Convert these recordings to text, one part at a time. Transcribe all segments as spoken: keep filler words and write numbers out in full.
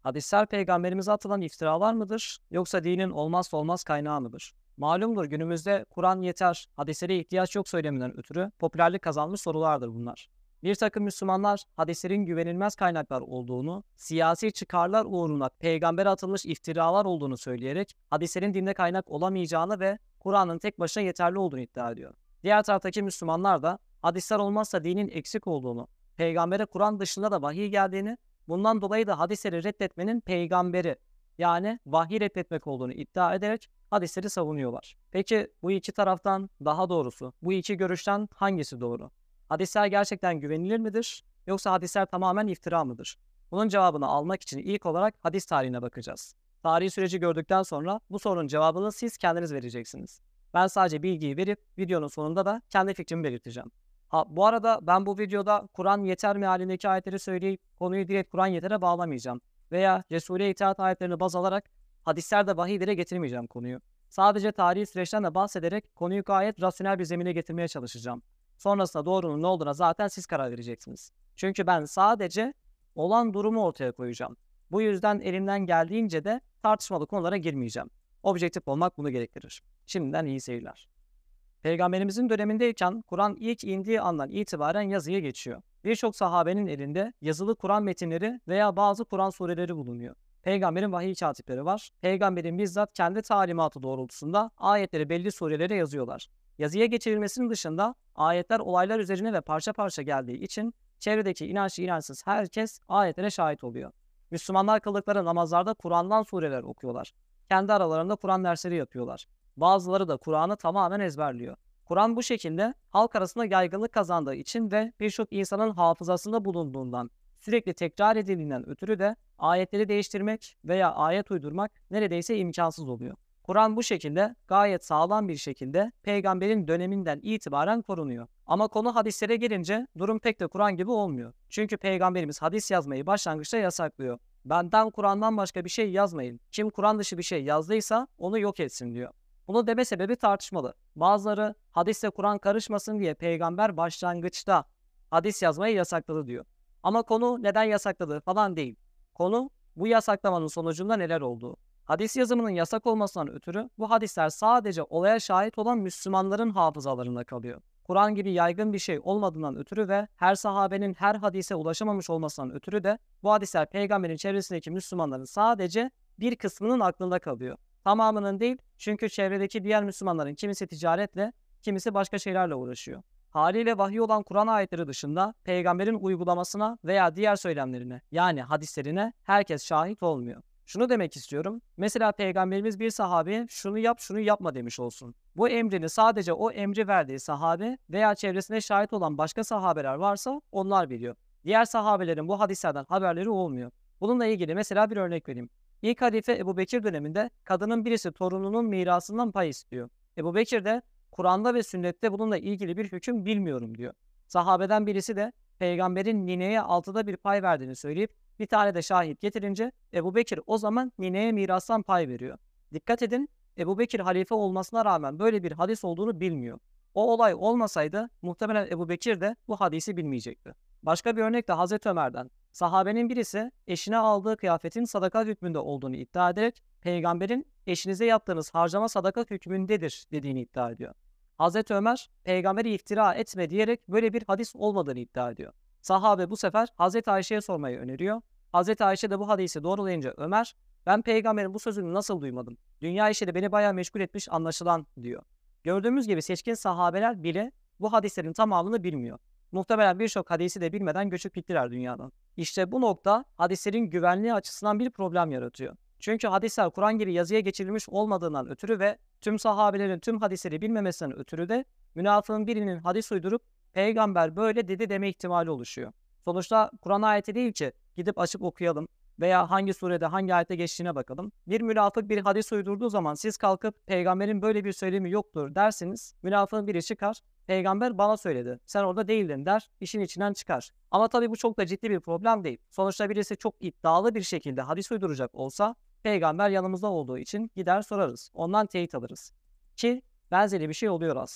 Hadisler peygamberimize atılan iftiralar mıdır yoksa dinin olmazsa olmaz kaynağı mıdır? Malumdur günümüzde Kur'an yeter, hadislere ihtiyaç yok söyleminden ötürü popülerlik kazanmış sorulardır bunlar. Bir takım Müslümanlar hadislerin güvenilmez kaynaklar olduğunu, siyasi çıkarlar uğruna peygambere atılmış iftiralar olduğunu söyleyerek hadislerin dinde kaynak olamayacağını ve Kur'an'ın tek başına yeterli olduğunu iddia ediyor. Diğer taraftaki Müslümanlar da hadisler olmazsa dinin eksik olduğunu, peygambere Kur'an dışında da vahiy geldiğini, bundan dolayı da hadisleri reddetmenin peygamberi yani vahiy reddetmek olduğunu iddia ederek hadisleri savunuyorlar. Peki bu iki taraftan, daha doğrusu bu iki görüşten hangisi doğru? Hadisler gerçekten güvenilir midir yoksa hadisler tamamen iftira mıdır? Bunun cevabını almak için ilk olarak hadis tarihine bakacağız. Tarihi süreci gördükten sonra bu sorunun cevabını siz kendiniz vereceksiniz. Ben sadece bilgiyi verip videonun sonunda da kendi fikrimi belirteceğim. Ha, bu arada ben bu videoda Kur'an yeter mealindeki ayetleri söyleyip konuyu direkt Kur'an yetere bağlamayacağım. Veya Resul'e itaat ayetlerini baz alarak hadislerde vahiylere getirmeyeceğim konuyu. Sadece tarihi süreçten de bahsederek konuyu gayet rasyonel bir zemine getirmeye çalışacağım. Sonrasında doğrunun ne olduğuna zaten siz karar vereceksiniz. Çünkü ben sadece olan durumu ortaya koyacağım. Bu yüzden elimden geldiğince de tartışmalı konulara girmeyeceğim. Objektif olmak bunu gerektirir. Şimdiden iyi seyirler. Peygamberimizin dönemindeyken Kur'an ilk indiği andan itibaren yazıya geçiyor. Birçok sahabenin elinde yazılı Kur'an metinleri veya bazı Kur'an sureleri bulunuyor. Peygamberin vahiy katipleri var. Peygamberin bizzat kendi talimatı doğrultusunda ayetleri belli surelere yazıyorlar. Yazıya geçirilmesinin dışında ayetler olaylar üzerine ve parça parça geldiği için çevredeki inançlı inançsız herkes ayetlere şahit oluyor. Müslümanlar kıldıkları namazlarda Kur'an'dan sureler okuyorlar. Kendi aralarında Kur'an dersleri yapıyorlar. Bazıları da Kur'an'ı tamamen ezberliyor. Kur'an bu şekilde halk arasında yaygınlık kazandığı için ve birçok insanın hafızasında bulunduğundan, sürekli tekrar edildiğinden ötürü de ayetleri değiştirmek veya ayet uydurmak neredeyse imkansız oluyor. Kur'an bu şekilde gayet sağlam bir şekilde peygamberin döneminden itibaren korunuyor. Ama konu hadislere gelince durum pek de Kur'an gibi olmuyor. Çünkü peygamberimiz hadis yazmayı başlangıçta yasaklıyor. Benden Kur'an'dan başka bir şey yazmayın. Kim Kur'an dışı bir şey yazdıysa onu yok etsin diyor. Bunu deme sebebi tartışmalı. Bazıları hadisle Kur'an karışmasın diye peygamber başlangıçta hadis yazmayı yasakladı diyor. Ama konu neden yasakladığı falan değil. Konu bu yasaklamanın sonucunda neler olduğu. Hadis yazımının yasak olmasından ötürü bu hadisler sadece olaya şahit olan Müslümanların hafızalarında kalıyor. Kur'an gibi yaygın bir şey olmadığından ötürü ve her sahabenin her hadise ulaşamamış olmasından ötürü de bu hadisler peygamberin çevresindeki Müslümanların sadece bir kısmının aklında kalıyor. Tamamının değil, çünkü çevredeki diğer Müslümanların kimisi ticaretle, kimisi başka şeylerle uğraşıyor. Haliyle vahiy olan Kur'an ayetleri dışında peygamberin uygulamasına veya diğer söylemlerine yani hadislerine herkes şahit olmuyor. Şunu demek istiyorum. Mesela peygamberimiz bir sahabeye şunu yap şunu yapma demiş olsun. Bu emrini sadece o emri verdiği sahabe veya çevresinde şahit olan başka sahabeler varsa onlar biliyor. Diğer sahabelerin bu hadislerden haberleri olmuyor. Bununla ilgili mesela bir örnek vereyim. İlk halife Ebubekir döneminde kadının birisi torununun mirasından pay istiyor. Ebubekir de Kur'an'da ve sünnette bununla ilgili bir hüküm bilmiyorum diyor. Sahabeden birisi de peygamberin nineye altıda bir pay verdiğini söyleyip bir tane de şahit getirince Ebubekir o zaman nineye mirastan pay veriyor. Dikkat edin, Ebubekir halife olmasına rağmen böyle bir hadis olduğunu bilmiyor. O olay olmasaydı muhtemelen Ebubekir de bu hadisi bilmeyecekti. Başka bir örnek de Hazreti Ömer'den. Sahabenin birisi eşine aldığı kıyafetin sadaka hükmünde olduğunu iddia ederek peygamberin eşinize yaptığınız harcama sadaka hükmündedir dediğini iddia ediyor. Hazreti Ömer peygamberi iftira etme diyerek böyle bir hadis olmadığını iddia ediyor. Sahabe bu sefer Hazreti Ayşe'ye sormayı öneriyor. Hazreti Ayşe de bu hadisi doğrulayınca Ömer, ben peygamberin bu sözünü nasıl duymadım? Dünya işleri beni bayağı meşgul etmiş anlaşılan diyor. Gördüğümüz gibi seçkin sahabeler bile bu hadislerin tamamını bilmiyor. Muhtemelen birçok hadisi de bilmeden göçüp gittiler dünyadan. İşte bu nokta hadislerin güvenliği açısından bir problem yaratıyor. Çünkü hadisler Kur'an gibi yazıya geçirilmiş olmadığından ötürü ve tüm sahabelerin tüm hadisleri bilmemesinden ötürü de münafığın birinin hadis uydurup peygamber böyle dedi deme ihtimali oluşuyor. Sonuçta Kur'an ayeti değil ki gidip açıp okuyalım veya hangi surede hangi ayette geçtiğine bakalım. Bir münafık bir hadis uydurduğu zaman siz kalkıp peygamberin böyle bir söylemi yoktur dersiniz. Münafığın biri çıkar, peygamber bana söyledi, sen orada değildin der, işin içinden çıkar. Ama tabii bu çok da ciddi bir problem değil. Sonuçta birisi çok iddialı bir şekilde hadis uyduracak olsa peygamber yanımızda olduğu için gider sorarız. Ondan teyit alırız. Ki benzeri bir şey oluyor aslında.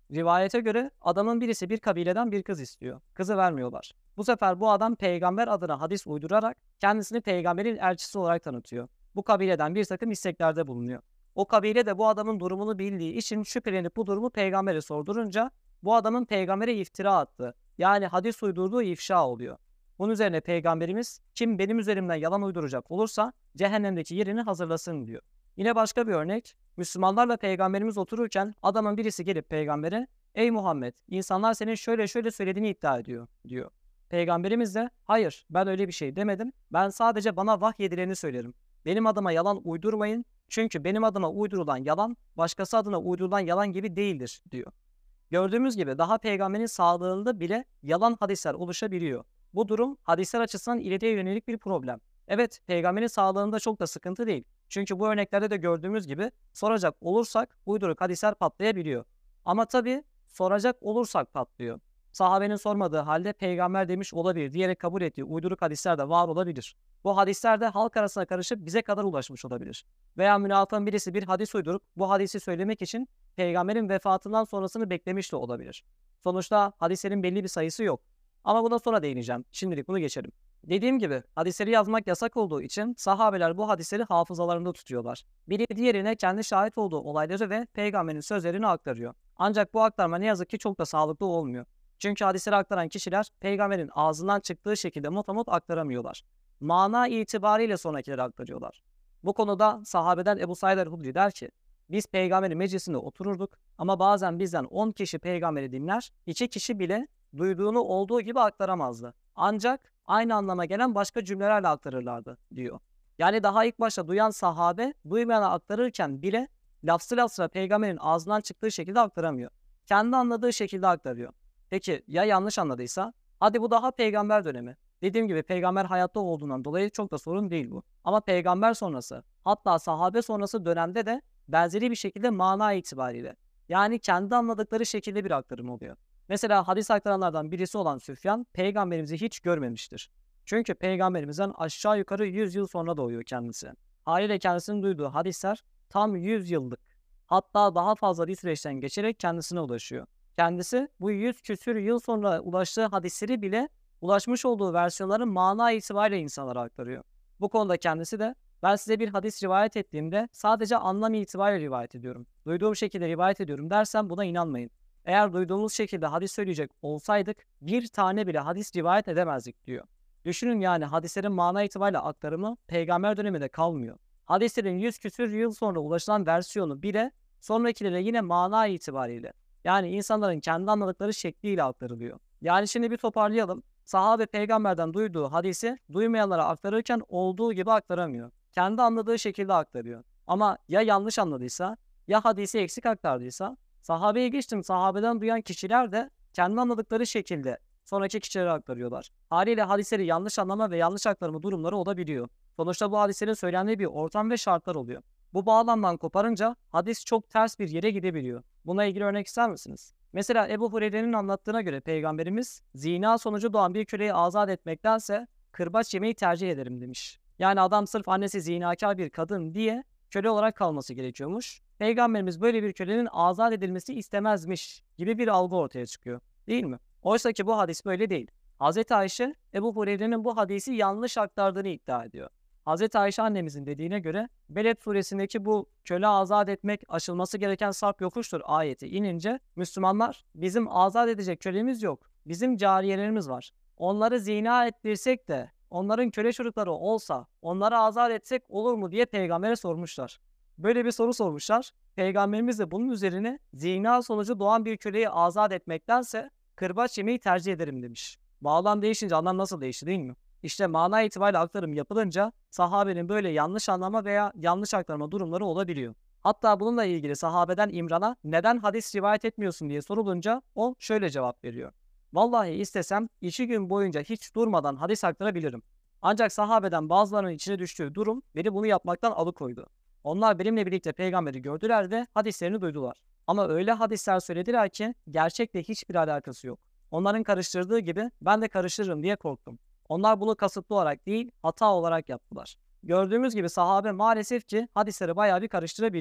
Rivayete göre adamın birisi bir kabileden bir kız istiyor. Kızı vermiyorlar. Bu sefer bu adam peygamber adına hadis uydurarak kendisini peygamberin elçisi olarak tanıtıyor. Bu kabileden bir takım isteklerde bulunuyor. O kabile de bu adamın durumunu bildiği için şüphelenip bu durumu peygambere sordurunca bu adamın peygambere iftira attığı, yani hadis uydurduğu ifşa oluyor. Bunun üzerine peygamberimiz kim benim üzerimden yalan uyduracak olursa cehennemdeki yerini hazırlasın diyor. Yine başka bir örnek, Müslümanlarla peygamberimiz otururken adamın birisi gelip peygambere ey Muhammed insanlar senin şöyle şöyle söylediğini iddia ediyor diyor. Peygamberimiz de hayır ben öyle bir şey demedim, ben sadece bana vahyedileni söylerim. Benim adıma yalan uydurmayın çünkü benim adıma uydurulan yalan başkası adına uydurulan yalan gibi değildir diyor. Gördüğümüz gibi daha peygamberin sağlığında bile yalan hadisler oluşabiliyor. Bu durum hadisler açısından ileriye yönelik bir problem. Evet, peygamberin sağlığında çok da sıkıntı değil. Çünkü bu örneklerde de gördüğümüz gibi soracak olursak uyduruk hadisler patlayabiliyor. Ama tabii soracak olursak patlıyor. Sahabenin sormadığı halde peygamber demiş olabilir diyerek kabul ettiği uyduruk hadisler de var olabilir. Bu hadisler de halk arasına karışıp bize kadar ulaşmış olabilir. Veya münafığın birisi bir hadis uydurup bu hadisi söylemek için peygamberin vefatından sonrasını beklemiş de olabilir. Sonuçta hadislerin belli bir sayısı yok. Ama buna sonra değineceğim. Şimdilik bunu geçelim. Dediğim gibi hadisleri yazmak yasak olduğu için sahabeler bu hadisleri hafızalarında tutuyorlar. Biri diğerine kendi şahit olduğu olayları ve peygamberin sözlerini aktarıyor. Ancak bu aktarma ne yazık ki çok da sağlıklı olmuyor. Çünkü hadisleri aktaran kişiler peygamberin ağzından çıktığı şekilde motamot aktaramıyorlar. Mana itibariyle sonrakileri aktarıyorlar. Bu konuda sahabeden Ebu Said el-Hudri der ki, biz peygamberin meclisinde otururduk ama bazen bizden on kişi peygamberi dinler, iki kişi bile duyduğunu olduğu gibi aktaramazdı. Ancak aynı anlama gelen başka cümlelerle aktarırlardı diyor. Yani daha ilk başta duyan sahabe duymayana aktarırken bile lafzı lafzına peygamberin ağzından çıktığı şekilde aktaramıyor. Kendi anladığı şekilde aktarıyor. Peki ya yanlış anladıysa? Hadi bu daha peygamber dönemi. Dediğim gibi peygamber hayatta olduğundan dolayı çok da sorun değil bu. Ama peygamber sonrası, hatta sahabe sonrası dönemde de benzeri bir şekilde mana itibariyle, yani kendi anladıkları şekilde bir aktarım oluyor. Mesela hadis aktaranlardan birisi olan Süfyan, peygamberimizi hiç görmemiştir. Çünkü peygamberimizden aşağı yukarı yüz yıl sonra doğuyor kendisi. Haliyle kendisinin duyduğu hadisler tam yüz yıllık, hatta daha fazla bir süreçten geçerek kendisine ulaşıyor. Kendisi bu yüz küsür yıl sonra ulaştığı hadisleri bile ulaşmış olduğu versiyonların mana itibariyle insanlara aktarıyor. Bu konuda kendisi de ben size bir hadis rivayet ettiğimde sadece anlam itibariyle rivayet ediyorum. Duyduğum şekilde rivayet ediyorum dersem buna inanmayın. Eğer duyduğumuz şekilde hadis söyleyecek olsaydık bir tane bile hadis rivayet edemezdik diyor. Düşünün yani hadislerin mana itibariyle aktarımı peygamber döneminde kalmıyor. Hadislerin yüz küsür yıl sonra ulaşılan versiyonu bile sonrakilere yine mana itibariyle, yani insanların kendi anladıkları şekliyle aktarılıyor. Yani şimdi bir toparlayalım. Sahabe peygamberden duyduğu hadisi duymayanlara aktarırken olduğu gibi aktaramıyor. Kendi anladığı şekilde aktarıyor. Ama ya yanlış anladıysa, ya hadisi eksik aktardıysa, sahabeye geçtim sahabeden duyan kişiler de kendi anladıkları şekilde sonraki kişilere aktarıyorlar. Haliyle hadisleri yanlış anlama ve yanlış aktarma durumları olabiliyor. Sonuçta bu hadislerin söylendiği bir ortam ve şartlar oluyor. Bu bağlamdan koparınca hadis çok ters bir yere gidebiliyor. Buna ilgili örnek ister misiniz? Mesela Ebu Hureyre'nin anlattığına göre peygamberimiz zina sonucu doğan bir köleyi azat etmektense kırbaç yemeyi tercih ederim demiş. Yani adam sırf annesi zinakar bir kadın diye köle olarak kalması gerekiyormuş. Peygamberimiz böyle bir kölenin azat edilmesi istemezmiş gibi bir algı ortaya çıkıyor. Değil mi? Oysa ki bu hadis böyle değil. Hazreti Ayşe Ebu Hureyre'nin bu hadisi yanlış aktardığını iddia ediyor. Hazreti Ayşe annemizin dediğine göre Beled suresindeki bu köle azat etmek aşılması gereken sarp yokuştur ayeti inince Müslümanlar bizim azat edecek kölemiz yok. Bizim cariyelerimiz var. Onları zina ettirsek de onların köle çocukları olsa onları azat etsek olur mu diye peygambere sormuşlar. Böyle bir soru sormuşlar. Peygamberimiz de bunun üzerine zina sonucu doğan bir köleyi azat etmektense kırbaç yemeyi tercih ederim demiş. Bağlam değişince anlam nasıl değişti değil mi? İşte mana itibariyle aktarım yapılınca sahabenin böyle yanlış anlama veya yanlış aktarma durumları olabiliyor. Hatta bununla ilgili sahabeden İmran'a neden hadis rivayet etmiyorsun diye sorulunca o şöyle cevap veriyor. Vallahi istesem iki gün boyunca hiç durmadan hadis aktarabilirim. Ancak sahabeden bazılarının içine düştüğü durum beni bunu yapmaktan alıkoydu. Onlar benimle birlikte peygamberi gördüler ve hadislerini duydular. Ama öyle hadisler söylediler ki gerçekle hiçbir alakası yok. Onların karıştırdığı gibi ben de karıştırırım diye korktum. Onlar bunu kasıtlı olarak değil, hata olarak yaptılar. Gördüğümüz gibi sahabe maalesef ki hadisleri bayağı bir karıştırabiliyor.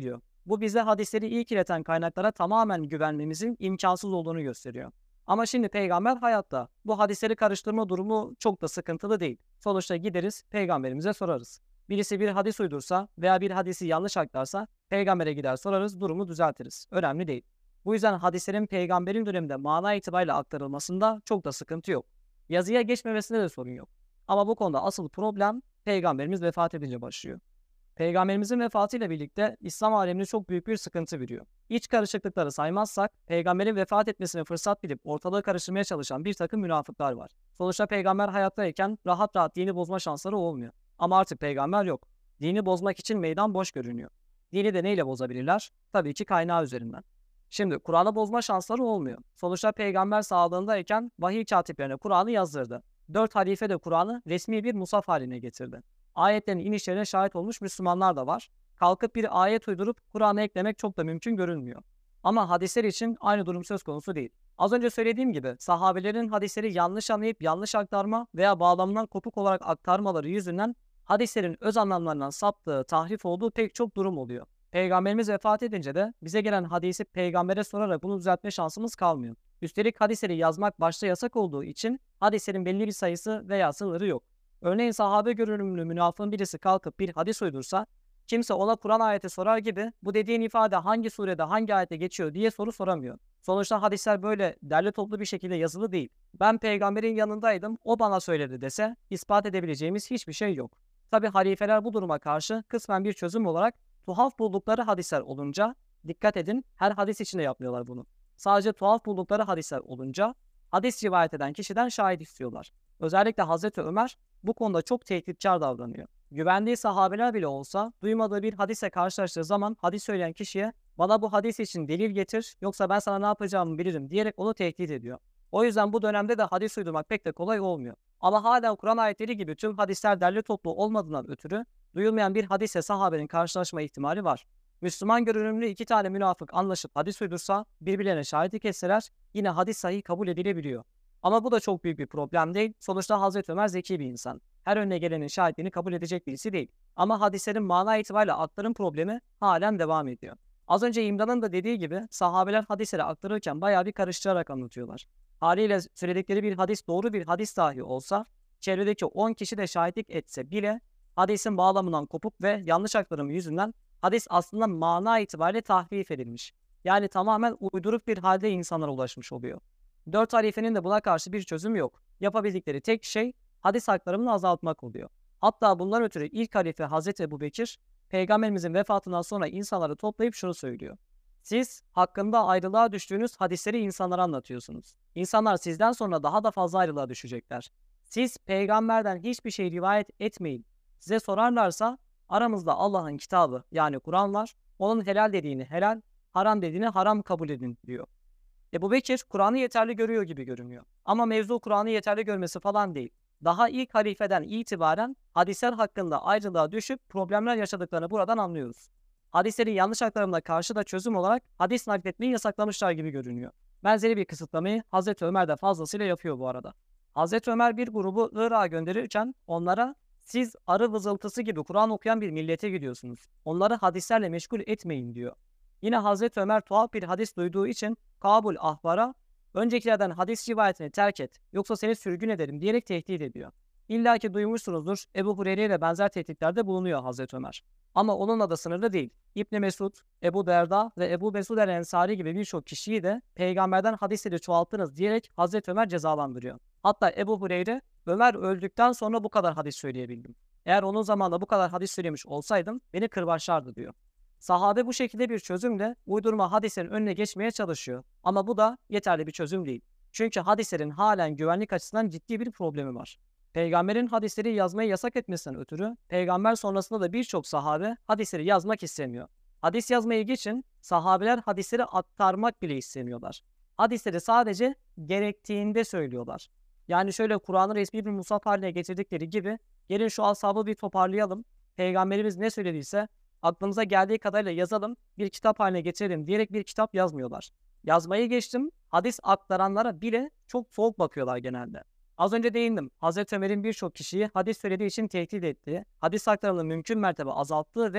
Bu bize hadisleri ilk ileten kaynaklara tamamen güvenmemizin imkansız olduğunu gösteriyor. Ama şimdi peygamber hayatta. Bu hadisleri karıştırma durumu çok da sıkıntılı değil. Sonuçta gideriz, peygamberimize sorarız. Birisi bir hadis uydursa veya bir hadisi yanlış aktarsa peygambere gider sorarız, durumu düzeltiriz. Önemli değil. Bu yüzden hadislerin peygamberin döneminde mana itibariyle aktarılmasında çok da sıkıntı yok. Yazıya geçmemesinde de sorun yok. Ama bu konuda asıl problem peygamberimiz vefat edince başlıyor. Peygamberimizin vefatıyla birlikte İslam alemine çok büyük bir sıkıntı veriyor. İç karışıklıkları saymazsak, peygamberin vefat etmesine fırsat bilip ortalığı karıştırmaya çalışan bir takım münafıklar var. Sonuçta peygamber hayattayken rahat rahat dini bozma şansları olmuyor. Ama artık peygamber yok. Dini bozmak için meydan boş görünüyor. Dini de neyle bozabilirler? Tabii ki kaynağı üzerinden. Şimdi Kur'an'ı bozma şansları olmuyor. Sonuçta peygamber sağlığındayken vahiy katiplerine Kur'an'ı yazdırdı. Dört halife de Kur'an'ı resmi bir musaf haline getirdi. Ayetlerin inişlerine şahit olmuş Müslümanlar da var. Kalkıp bir ayet uydurup Kur'an'a eklemek çok da mümkün görünmüyor. Ama hadisler için aynı durum söz konusu değil. Az önce söylediğim gibi sahabelerin hadisleri yanlış anlayıp yanlış aktarma veya bağlamından kopuk olarak aktarmaları yüzünden hadislerin öz anlamlarından saptığı, tahrif olduğu pek çok durum oluyor. Peygamberimiz vefat edince de bize gelen hadisi peygambere sorarak bunu düzeltme şansımız kalmıyor. Üstelik hadisleri yazmak başta yasak olduğu için hadislerin belli bir sayısı veya sınırı yok. Örneğin sahabe görünümlü münafığın birisi kalkıp bir hadis uydursa, kimse ona Kur'an ayeti sorar gibi bu dediğin ifade hangi surede hangi ayette geçiyor diye soru soramıyor. Sonuçta hadisler böyle derli toplu bir şekilde yazılı değil. Ben peygamberin yanındaydım, o bana söyledi dese ispat edebileceğimiz hiçbir şey yok. Tabi halifeler bu duruma karşı kısmen bir çözüm olarak tuhaf buldukları hadisler olunca, dikkat edin her hadis içinde yapmıyorlar bunu. Sadece tuhaf buldukları hadisler olunca hadis rivayet eden kişiden şahit istiyorlar. Özellikle Hazreti Ömer bu konuda çok tehditkar davranıyor. Güvendiği sahabeler bile olsa duymadığı bir hadise karşılaştığı zaman hadis söyleyen kişiye bana bu hadis için delil getir yoksa ben sana ne yapacağımı bilirim diyerek onu tehdit ediyor. O yüzden bu dönemde de hadis uydurmak pek de kolay olmuyor. Ama hala Kur'an ayetleri gibi tüm hadisler derli toplu olmadığından ötürü duyulmayan bir hadise sahabenin karşılaşma ihtimali var. Müslüman görünümlü iki tane münafık anlaşıp hadis uydursa birbirlerine şahitlik etseler yine hadis sahih kabul edilebiliyor. Ama bu da çok büyük bir problem değil. Sonuçta Hazreti Ömer zeki bir insan. Her önüne gelenin şahitliğini kabul edecek birisi değil. Ama hadislerin mana itibariyle aktarım problemi halen devam ediyor. Az önce İmran'ın da dediği gibi sahabeler hadisleri aktarırken bayağı bir karıştırarak anlatıyorlar. Haliyle söyledikleri bir hadis doğru bir hadis dahi olsa, çevredeki on kişi de şahitlik etse bile hadisin bağlamından kopuk ve yanlış aktarımı yüzünden hadis aslında mana itibariyle tahrif edilmiş. Yani tamamen uyduruk bir halde insanlara ulaşmış oluyor. Dört halifenin de buna karşı bir çözüm yok. Yapabildikleri tek şey hadis aktarımını azaltmak oluyor. Hatta bundan ötürü ilk halife Hazreti Ebubekir, Peygamberimizin vefatından sonra insanları toplayıp şunu söylüyor. Siz hakkında ayrılığa düştüğünüz hadisleri insanlara anlatıyorsunuz. İnsanlar sizden sonra daha da fazla ayrılığa düşecekler. Siz peygamberden hiçbir şey rivayet etmeyin. Size sorarlarsa aramızda Allah'ın kitabı yani Kur'an var. Onun helal dediğini helal, haram dediğini haram kabul edin diyor. Ebubekir Kur'an'ı yeterli görüyor gibi görünüyor. Ama mevzu Kur'an'ı yeterli görmesi falan değil. Daha ilk halifeden itibaren hadisler hakkında ayrılığa düşüp problemler yaşadıklarını buradan anlıyoruz. Hadislerin yanlış aktarımına karşı da çözüm olarak hadis nakletmeyi yasaklamışlar gibi görünüyor. Benzeri bir kısıtlamayı Hazreti Ömer de fazlasıyla yapıyor bu arada. Hazreti Ömer bir grubu Irak'a gönderirken onlara siz arı vızıltısı gibi Kur'an okuyan bir millete gidiyorsunuz. Onları hadislerle meşgul etmeyin diyor. Yine Hazreti Ömer tuhaf bir hadis duyduğu için Kabul Ahbar'a öncekilerden hadis rivayetini terk et yoksa seni sürgün ederim diyerek tehdit ediyor. İlla ki duymuşsunuzdur Ebu Hureyre ile benzer tehditlerde bulunuyor Hazreti Ömer. Ama onunla da sınırlı değil. İbn Mesud, Ebu Derda ve Ebu Mesud el-Ensari gibi birçok kişiyi de peygamberden hadisleri çoğalttınız diyerek Hazreti Ömer cezalandırıyor. Hatta Ebu Hureyre, Ömer öldükten sonra bu kadar hadis söyleyebildim. Eğer onun zamanında bu kadar hadis söylemiş olsaydım beni kırbaçlardı diyor. Sahabe bu şekilde bir çözümle uydurma hadislerin önüne geçmeye çalışıyor. Ama bu da yeterli bir çözüm değil. Çünkü hadislerin halen güvenlik açısından ciddi bir problemi var. Peygamberin hadisleri yazmayı yasak etmesinden ötürü peygamber sonrasında da birçok sahabe hadisleri yazmak istemiyor. Hadis yazmayı geçin, sahabeler hadisleri aktarmak bile istemiyorlar. Hadisleri sadece gerektiğinde söylüyorlar. Yani şöyle Kur'an'ı resmi bir musaf haline getirdikleri gibi gelin şu ashabı bir toparlayalım. Peygamberimiz ne söylediyse aklımıza geldiği kadarıyla yazalım, bir kitap haline getirelim diyerek bir kitap yazmıyorlar. Yazmayı geçtim, hadis aktaranlara bile çok soğuk bakıyorlar genelde. Az önce değindim, Hazreti Ömer'in birçok kişiyi hadis söylediği için tehdit ettiği, hadis aktarımını mümkün mertebe azalttığı ve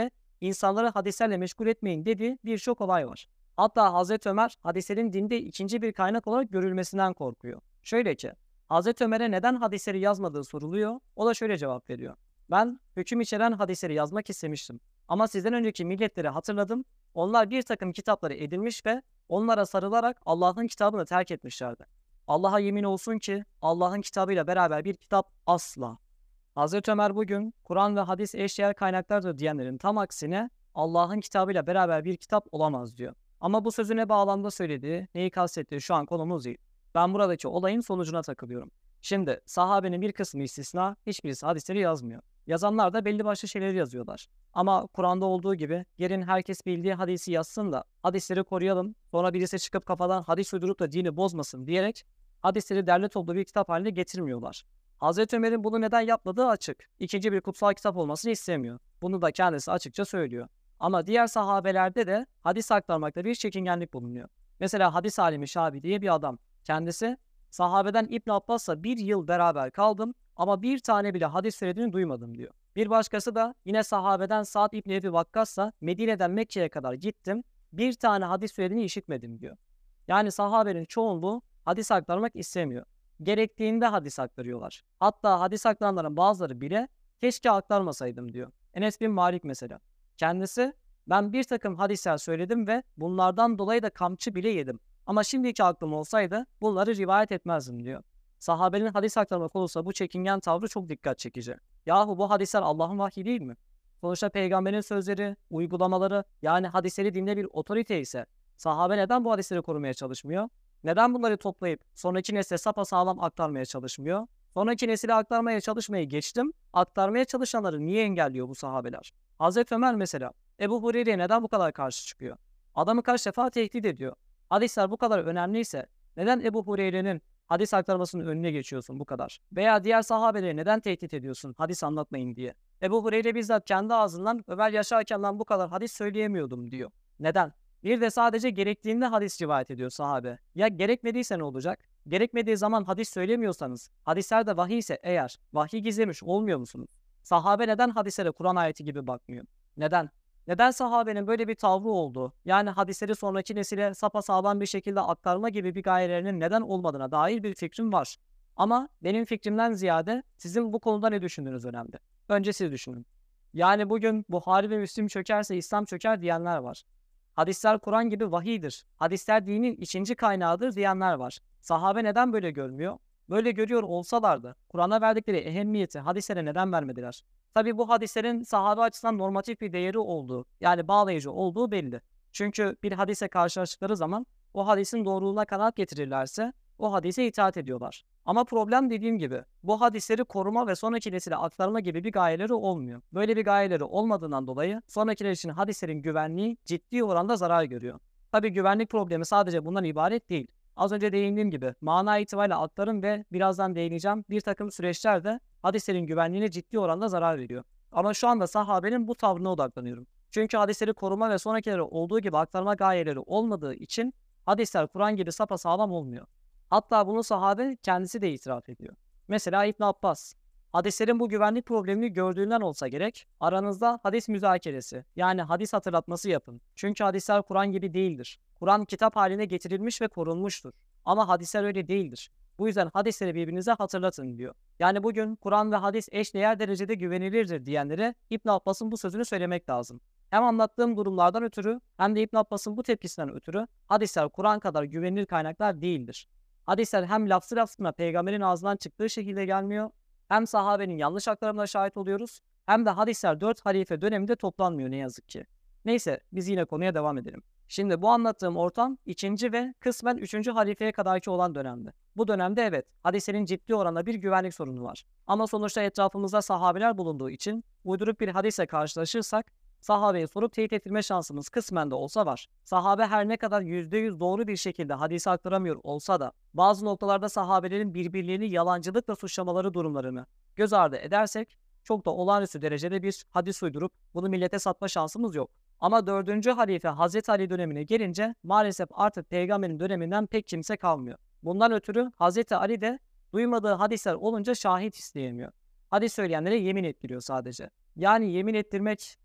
insanları hadislerle meşgul etmeyin dediği birçok olay var. Hatta Hazreti Ömer hadislerin dinde ikinci bir kaynak olarak görülmesinden korkuyor. Şöyle ki, Hazreti Ömer'e neden hadisleri yazmadığı soruluyor, o da şöyle cevap veriyor. Ben hüküm içeren hadisleri yazmak istemiştim. Ama sizden önceki milletleri hatırladım, onlar bir takım kitapları edinmiş ve onlara sarılarak Allah'ın kitabını terk etmişlerdi. Allah'a yemin olsun ki Allah'ın kitabıyla beraber bir kitap asla. Hazreti Ömer bugün Kur'an ve hadis eşdeğer kaynaklardır diyenlerin tam aksine Allah'ın kitabıyla beraber bir kitap olamaz diyor. Ama bu sözü ne bağlamda söylediği, neyi kastettiği şu an konumuz değil. Ben buradaki olayın sonucuna takılıyorum. Şimdi sahabenin bir kısmı istisna, hiçbirisi hadisleri yazmıyor. Yazanlar da belli başlı şeyleri yazıyorlar. Ama Kur'an'da olduğu gibi gelin herkes bildiği hadisi yazsın da hadisleri koruyalım, sonra birisi çıkıp kafadan hadis uydurup da dini bozmasın diyerek hadisleri derli toplu bir kitap haline getirmiyorlar. Hazreti Ömer'in bunu neden yapmadığı açık. İkinci bir kutsal kitap olmasını istemiyor. Bunu da kendisi açıkça söylüyor. Ama diğer sahabelerde de hadis aktarmakta bir çekingenlik bulunuyor. Mesela hadis alimi Şabi diye bir adam. Kendisi sahabeden İbn Abbas'la bir yıl beraber kaldım ama bir tane bile hadis söylediğini duymadım diyor. Bir başkası da yine sahabeden Sa'd İbn Ebi Vakkas'la Medine'den Mekke'ye kadar gittim, bir tane hadis söylediğini işitmedim diyor. Yani sahabenin çoğunluğu hadis aktarmak istemiyor. Gerektiğinde hadis aktarıyorlar. Hatta hadis aktaranların bazıları bile keşke aktarmasaydım diyor. Enes bin Malik mesela. Kendisi ben bir takım hadisler söyledim ve bunlardan dolayı da kamçı bile yedim. Ama şimdiki aklım olsaydı bunları rivayet etmezdim diyor. Sahabenin hadis aktarmak olursa bu çekingen tavrı çok dikkat çekici. Yahu bu hadisler Allah'ın vahyi değil mi? Sonuçta peygamberin sözleri, uygulamaları, yani hadisleri dinle bir otorite ise sahabe neden bu hadisleri korumaya çalışmıyor? Neden bunları toplayıp sonraki nesle sapasağlam aktarmaya çalışmıyor? Sonraki nesile aktarmaya çalışmayı geçtim, aktarmaya çalışanları niye engelliyor bu sahabeler? Hazreti Ömer mesela Ebu Hureyre'ye neden bu kadar karşı çıkıyor? Adamı kaç defa tehdit ediyor. Hadisler bu kadar önemliyse neden Ebu Hureyre'nin hadis aktarmasının önüne geçiyorsun bu kadar? Veya diğer sahabeleri neden tehdit ediyorsun hadis anlatmayın diye? Ebu Hureyre bizzat kendi ağzından Ömer yaşarken ben bu kadar hadis söyleyemiyordum diyor. Neden? Bir de sadece gerektiğinde hadis rivayet ediyor sahabe. Ya gerekmediyse ne olacak? Gerekmediği zaman hadis söylemiyorsanız, hadisler de vahiy ise eğer, vahiy gizlemiş olmuyor musunuz? Sahabe neden hadislere Kur'an ayeti gibi bakmıyor? Neden? Neden sahabenin böyle bir tavrı oldu? Yani hadisleri sonraki nesile sapasağlam bir şekilde aktarma gibi bir gayelerinin neden olmadığına dair bir fikrim var. Ama benim fikrimden ziyade sizin bu konuda ne düşündüğünüz önemli. Önce siz düşünün. Yani bugün Buhari ve Müslim çökerse İslam çöker diyenler var. Hadisler Kur'an gibi vahiydir. Hadisler dinin ikinci kaynağıdır diyenler var. Sahabe neden böyle görmüyor? Böyle görüyor olsalardı Kur'an'a verdikleri ehemmiyeti hadislere neden vermediler? Tabi bu hadislerin sahabe açısından normatif bir değeri olduğu, yani bağlayıcı olduğu belli. Çünkü bir hadise karşılaştıkları zaman o hadisin doğruluğuna kanaat getirirlerse o hadise itaat ediyorlar. Ama problem dediğim gibi bu hadisleri koruma ve sonraki nesile aktarma gibi bir gayeleri olmuyor. Böyle bir gayeleri olmadığından dolayı sonrakiler için hadislerin güvenliği ciddi oranda zarar görüyor. Tabi güvenlik problemi sadece bundan ibaret değil. Az önce değindiğim gibi mana itibariyle aktarım ve birazdan değineceğim bir takım süreçler de hadislerin güvenliğine ciddi oranda zarar veriyor. Ama şu anda sahabenin bu tavrına odaklanıyorum. Çünkü hadisleri koruma ve sonrakileri olduğu gibi aktarma gayeleri olmadığı için hadisler Kur'an gibi sapasağlam olmuyor. Hatta bunu sahabe kendisi de itiraf ediyor. Mesela İbn Abbas, hadislerin bu güvenlik problemini gördüğünden olsa gerek, aranızda hadis müzakeresi, yani hadis hatırlatması yapın. Çünkü hadisler Kur'an gibi değildir. Kur'an kitap haline getirilmiş ve korunmuştur. Ama hadisler öyle değildir. Bu yüzden hadisleri birbirinize hatırlatın diyor. Yani bugün Kur'an ve hadis eşdeğer derecede güvenilirdir diyenlere İbn Abbas'ın bu sözünü söylemek lazım. Hem anlattığım durumlardan ötürü hem de İbn Abbas'ın bu tepkisinden ötürü hadisler Kur'an kadar güvenilir kaynaklar değildir. Hadisler hem lafzı lafzına peygamberin ağzından çıktığı şekilde gelmiyor, hem sahabenin yanlış aktarımına şahit oluyoruz, hem de hadisler dört halife döneminde toplanmıyor ne yazık ki. Neyse biz yine konuya devam edelim. Şimdi bu anlattığım ortam ikinci ve kısmen üçüncü halifeye kadarki olan dönemde. Bu dönemde evet hadislerin ciddi oranda bir güvenlik sorunu var. Ama sonuçta etrafımızda sahabeler bulunduğu için uydurup bir hadise karşılaşırsak sahabeye sorup teyit ettirme şansımız kısmen de olsa var. Sahabe her ne kadar yüzde yüz doğru bir şekilde hadisi aktaramıyor olsa da bazı noktalarda sahabelerin birbirlerini yalancılıkla suçlamaları durumlarını göz ardı edersek çok da olağanüstü derecede bir hadis uydurup bunu millete satma şansımız yok. Ama dördüncü halife Hazreti Ali dönemine gelince maalesef artık peygamberin döneminden pek kimse kalmıyor. Bundan ötürü Hazreti Ali de duymadığı hadisler olunca şahit isteyemiyor. Hadis söyleyenlere yemin ettiriyor sadece. Yani yemin ettirmek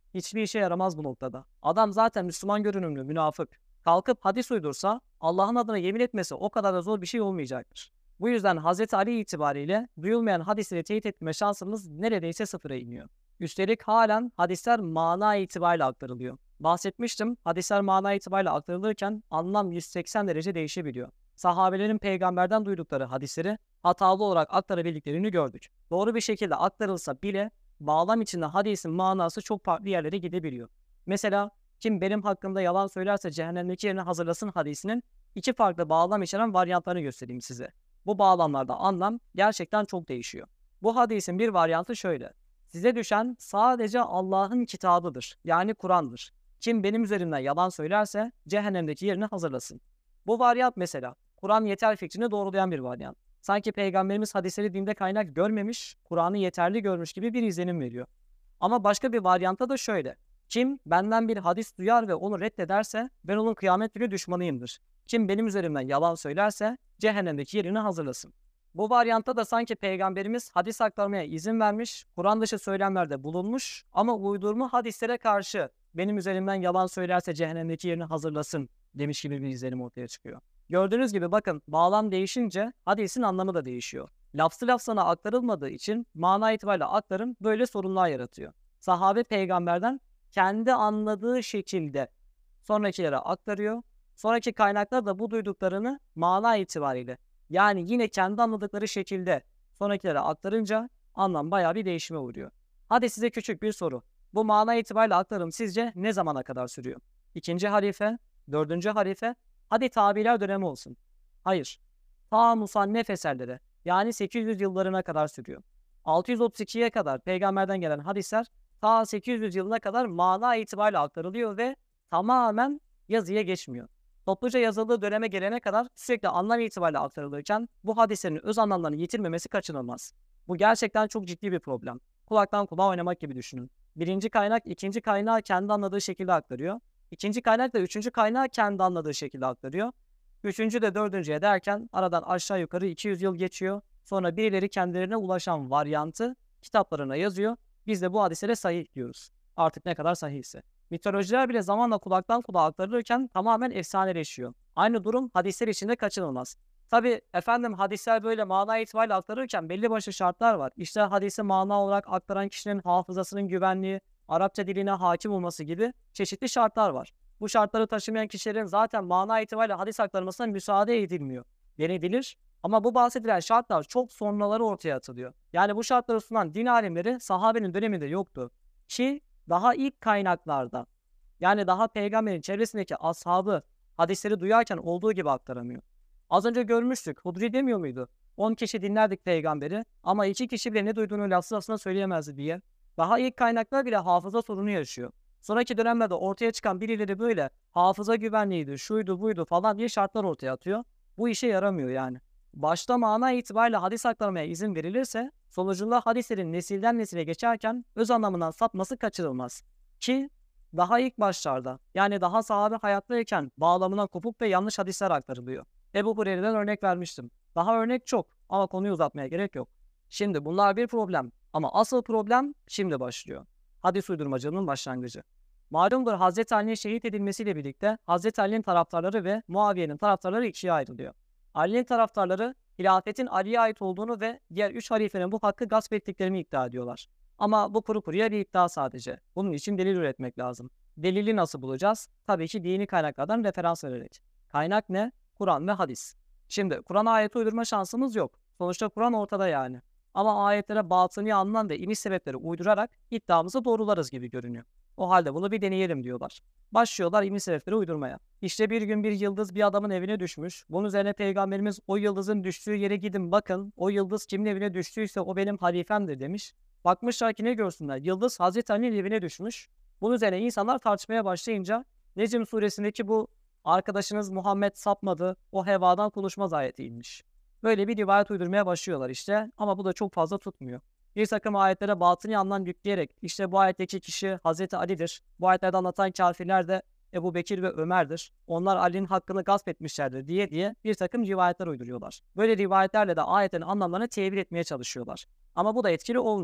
hiçbir işe yaramaz bu noktada. Adam zaten Müslüman görünümlü, münafık. Kalkıp hadis uydursa Allah'ın adına yemin etmesi o kadar da zor bir şey olmayacaktır. Bu yüzden Hazreti Ali itibariyle duyulmayan hadisleri teyit etme şansımız neredeyse sıfıra iniyor. Üstelik halen hadisler mana itibariyle aktarılıyor. Bahsetmiştim, hadisler mana itibariyle aktarılırken anlam yüz seksen derece değişebiliyor. Sahabelerin peygamberden duydukları hadisleri hatalı olarak aktarabildiklerini gördük. Doğru bir şekilde aktarılsa bile bağlam içinde hadisin manası çok farklı yerlere gidebiliyor. Mesela kim benim hakkımda yalan söylerse cehennemdeki yerini hazırlasın hadisinin iki farklı bağlam içeren varyantlarını göstereyim size. Bu bağlamlarda anlam gerçekten çok değişiyor. Bu hadisin bir varyantı şöyle. Size düşen sadece Allah'ın kitabıdır. Yani Kur'an'dır. Kim benim üzerimden yalan söylerse cehennemdeki yerini hazırlasın. Bu varyant mesela Kur'an yeter fikrini doğrulayan bir varyant. Sanki Peygamberimiz hadisleri dinde kaynak görmemiş, Kur'an'ı yeterli görmüş gibi bir izlenim veriyor. Ama başka bir varyanta da şöyle. Kim benden bir hadis duyar ve onu reddederse ben onun kıyamet günü düşmanıyımdır. Kim benim üzerimden yalan söylerse cehennemdeki yerini hazırlasın. Bu varyantta da sanki Peygamberimiz hadis aktarmaya izin vermiş, Kur'an dışı söylemlerde bulunmuş ama uydurma hadislere karşı benim üzerimden yalan söylerse cehennemdeki yerini hazırlasın demiş gibi bir izlenim ortaya çıkıyor. Gördüğünüz gibi bakın bağlam değişince hadisin anlamı da değişiyor. Lafzı lafzana aktarılmadığı için mana itibariyle aktarım böyle sorunlar yaratıyor. Sahabe peygamberden kendi anladığı şekilde sonrakilere aktarıyor. Sonraki kaynaklar da bu duyduklarını mana itibariyle yani yine kendi anladıkları şekilde sonrakilere aktarınca anlam bayağı bir değişime uğruyor. Hadi size küçük bir soru. Bu mana itibariyle aktarım sizce ne zamana kadar sürüyor? İkinci halife, dördüncü halife, hadi tabiler dönemi olsun. Hayır. Ta musannef eserlere yani sekiz yüz yıllarına kadar sürüyor. altı yüz otuz ikiye kadar peygamberden gelen hadisler ta sekiz yüz yılına kadar mana itibariyle aktarılıyor ve tamamen yazıya geçmiyor. Topluca yazıldığı döneme gelene kadar sürekli anlam itibariyle aktarılırken bu hadislerin öz anlamlarını yitirmemesi kaçınılmaz. Bu gerçekten çok ciddi bir problem. Kulaktan kulağa oynamak gibi düşünün. Birinci kaynak ikinci kaynağı kendi anladığı şekilde aktarıyor. İkinci kaynak da üçüncü kaynağı kendi anladığı şekilde aktarıyor. Üçüncü de dördüncüye derken aradan aşağı yukarı iki yüz yıl geçiyor. Sonra birileri kendilerine ulaşan varyantı kitaplarına yazıyor. Biz de bu hadislere sahih diyoruz. Artık ne kadar sahihse. Mitolojiler bile zamanla kulaktan kulağa aktarılırken tamamen efsaneleşiyor. Aynı durum hadisler içinde kaçınılmaz. Tabi efendim hadisler böyle mana itibariyle aktarırken belli başlı şartlar var. İşte hadisi mana olarak aktaran kişinin hafızasının güvenliği, Arapça diline hakim olması gibi çeşitli şartlar var. Bu şartları taşımayan kişilerin zaten mana itibariyle hadis aktarmasına müsaade edilmiyor. Denedilir ama bu bahsedilen şartlar çok sonraları ortaya atılıyor. Yani bu şartları sunan din alimleri sahabenin döneminde yoktu. Ki daha ilk kaynaklarda yani daha peygamberin çevresindeki ashabı hadisleri duyarken olduğu gibi aktaramıyor. Az önce görmüştük. Hudri demiyor muydu? on kişi dinlerdik peygamberi ama iki kişi bile ne duyduğunu lafzı lafzına söyleyemezdi diye. Daha ilk kaynaklar bile hafıza sorunu yaşıyor. Sonraki dönemlerde ortaya çıkan birileri böyle hafıza güvenliğiydi, şuydu buydu falan diye şartlar ortaya atıyor. Bu işe yaramıyor yani. Başta mana itibariyle hadis aktarmaya izin verilirse sonucunda hadislerin nesilden nesile geçerken öz anlamından sapması kaçırılmaz. Ki daha ilk başlarda yani daha sahabe hayattayken bağlamına kopuk ve yanlış hadisler aktarılıyor. Ebu Hureyre'den örnek vermiştim. Daha örnek çok ama konuyu uzatmaya gerek yok. Şimdi bunlar bir problem ama asıl problem şimdi başlıyor. Hadis uydurmacılığının başlangıcı. Malumdur Hazreti Ali'nin şehit edilmesiyle birlikte Hazreti Ali'nin taraftarları ve Muaviye'nin taraftarları ikiye ayrılıyor. Ali'nin taraftarları hilafetin Ali'ye ait olduğunu ve diğer üç halifenin bu hakkı gasp ettiklerini iddia ediyorlar. Ama bu kuru kuruya bir iddia sadece. Bunun için delil üretmek lazım. Delili nasıl bulacağız? Tabii ki dini kaynaklardan referans vererek. Kaynak ne? Kur'an ve hadis. Şimdi Kur'an'a ayeti uydurma şansımız yok. Sonuçta Kur'an ortada yani. Ama ayetlere batıni anlam ve iniş sebepleri uydurarak iddiamızı doğrularız gibi görünüyor. O halde bunu bir deneyelim diyorlar. Başlıyorlar iniş sebepleri uydurmaya. İşte bir gün bir yıldız bir adamın evine düşmüş. Bunun üzerine Peygamberimiz o yıldızın düştüğü yere gidin bakın. O yıldız kimin evine düştüyse o benim halifemdir demiş. Bakmışlar ki ne görsünler? Yıldız Hazreti Ali'nin evine düşmüş. Bunun üzerine insanlar tartışmaya başlayınca Necm suresindeki bu arkadaşınız Muhammed sapmadı, o hevadan konuşmaz ayeti inmiş. Böyle bir rivayet uydurmaya başlıyorlar işte ama bu da çok fazla tutmuyor. Bir takım ayetlere batıni anlam yükleyerek işte bu ayetteki kişi Hazreti Ali'dir. Bu ayetlerde anlatan kafirler de Ebu Bekir ve Ömer'dir. Onlar Ali'nin hakkını gasp etmişlerdir diye diye bir takım rivayetler uyduruyorlar. Böyle rivayetlerle de ayetlerin anlamlarını tevil etmeye çalışıyorlar. Ama bu da etkili olmuyor.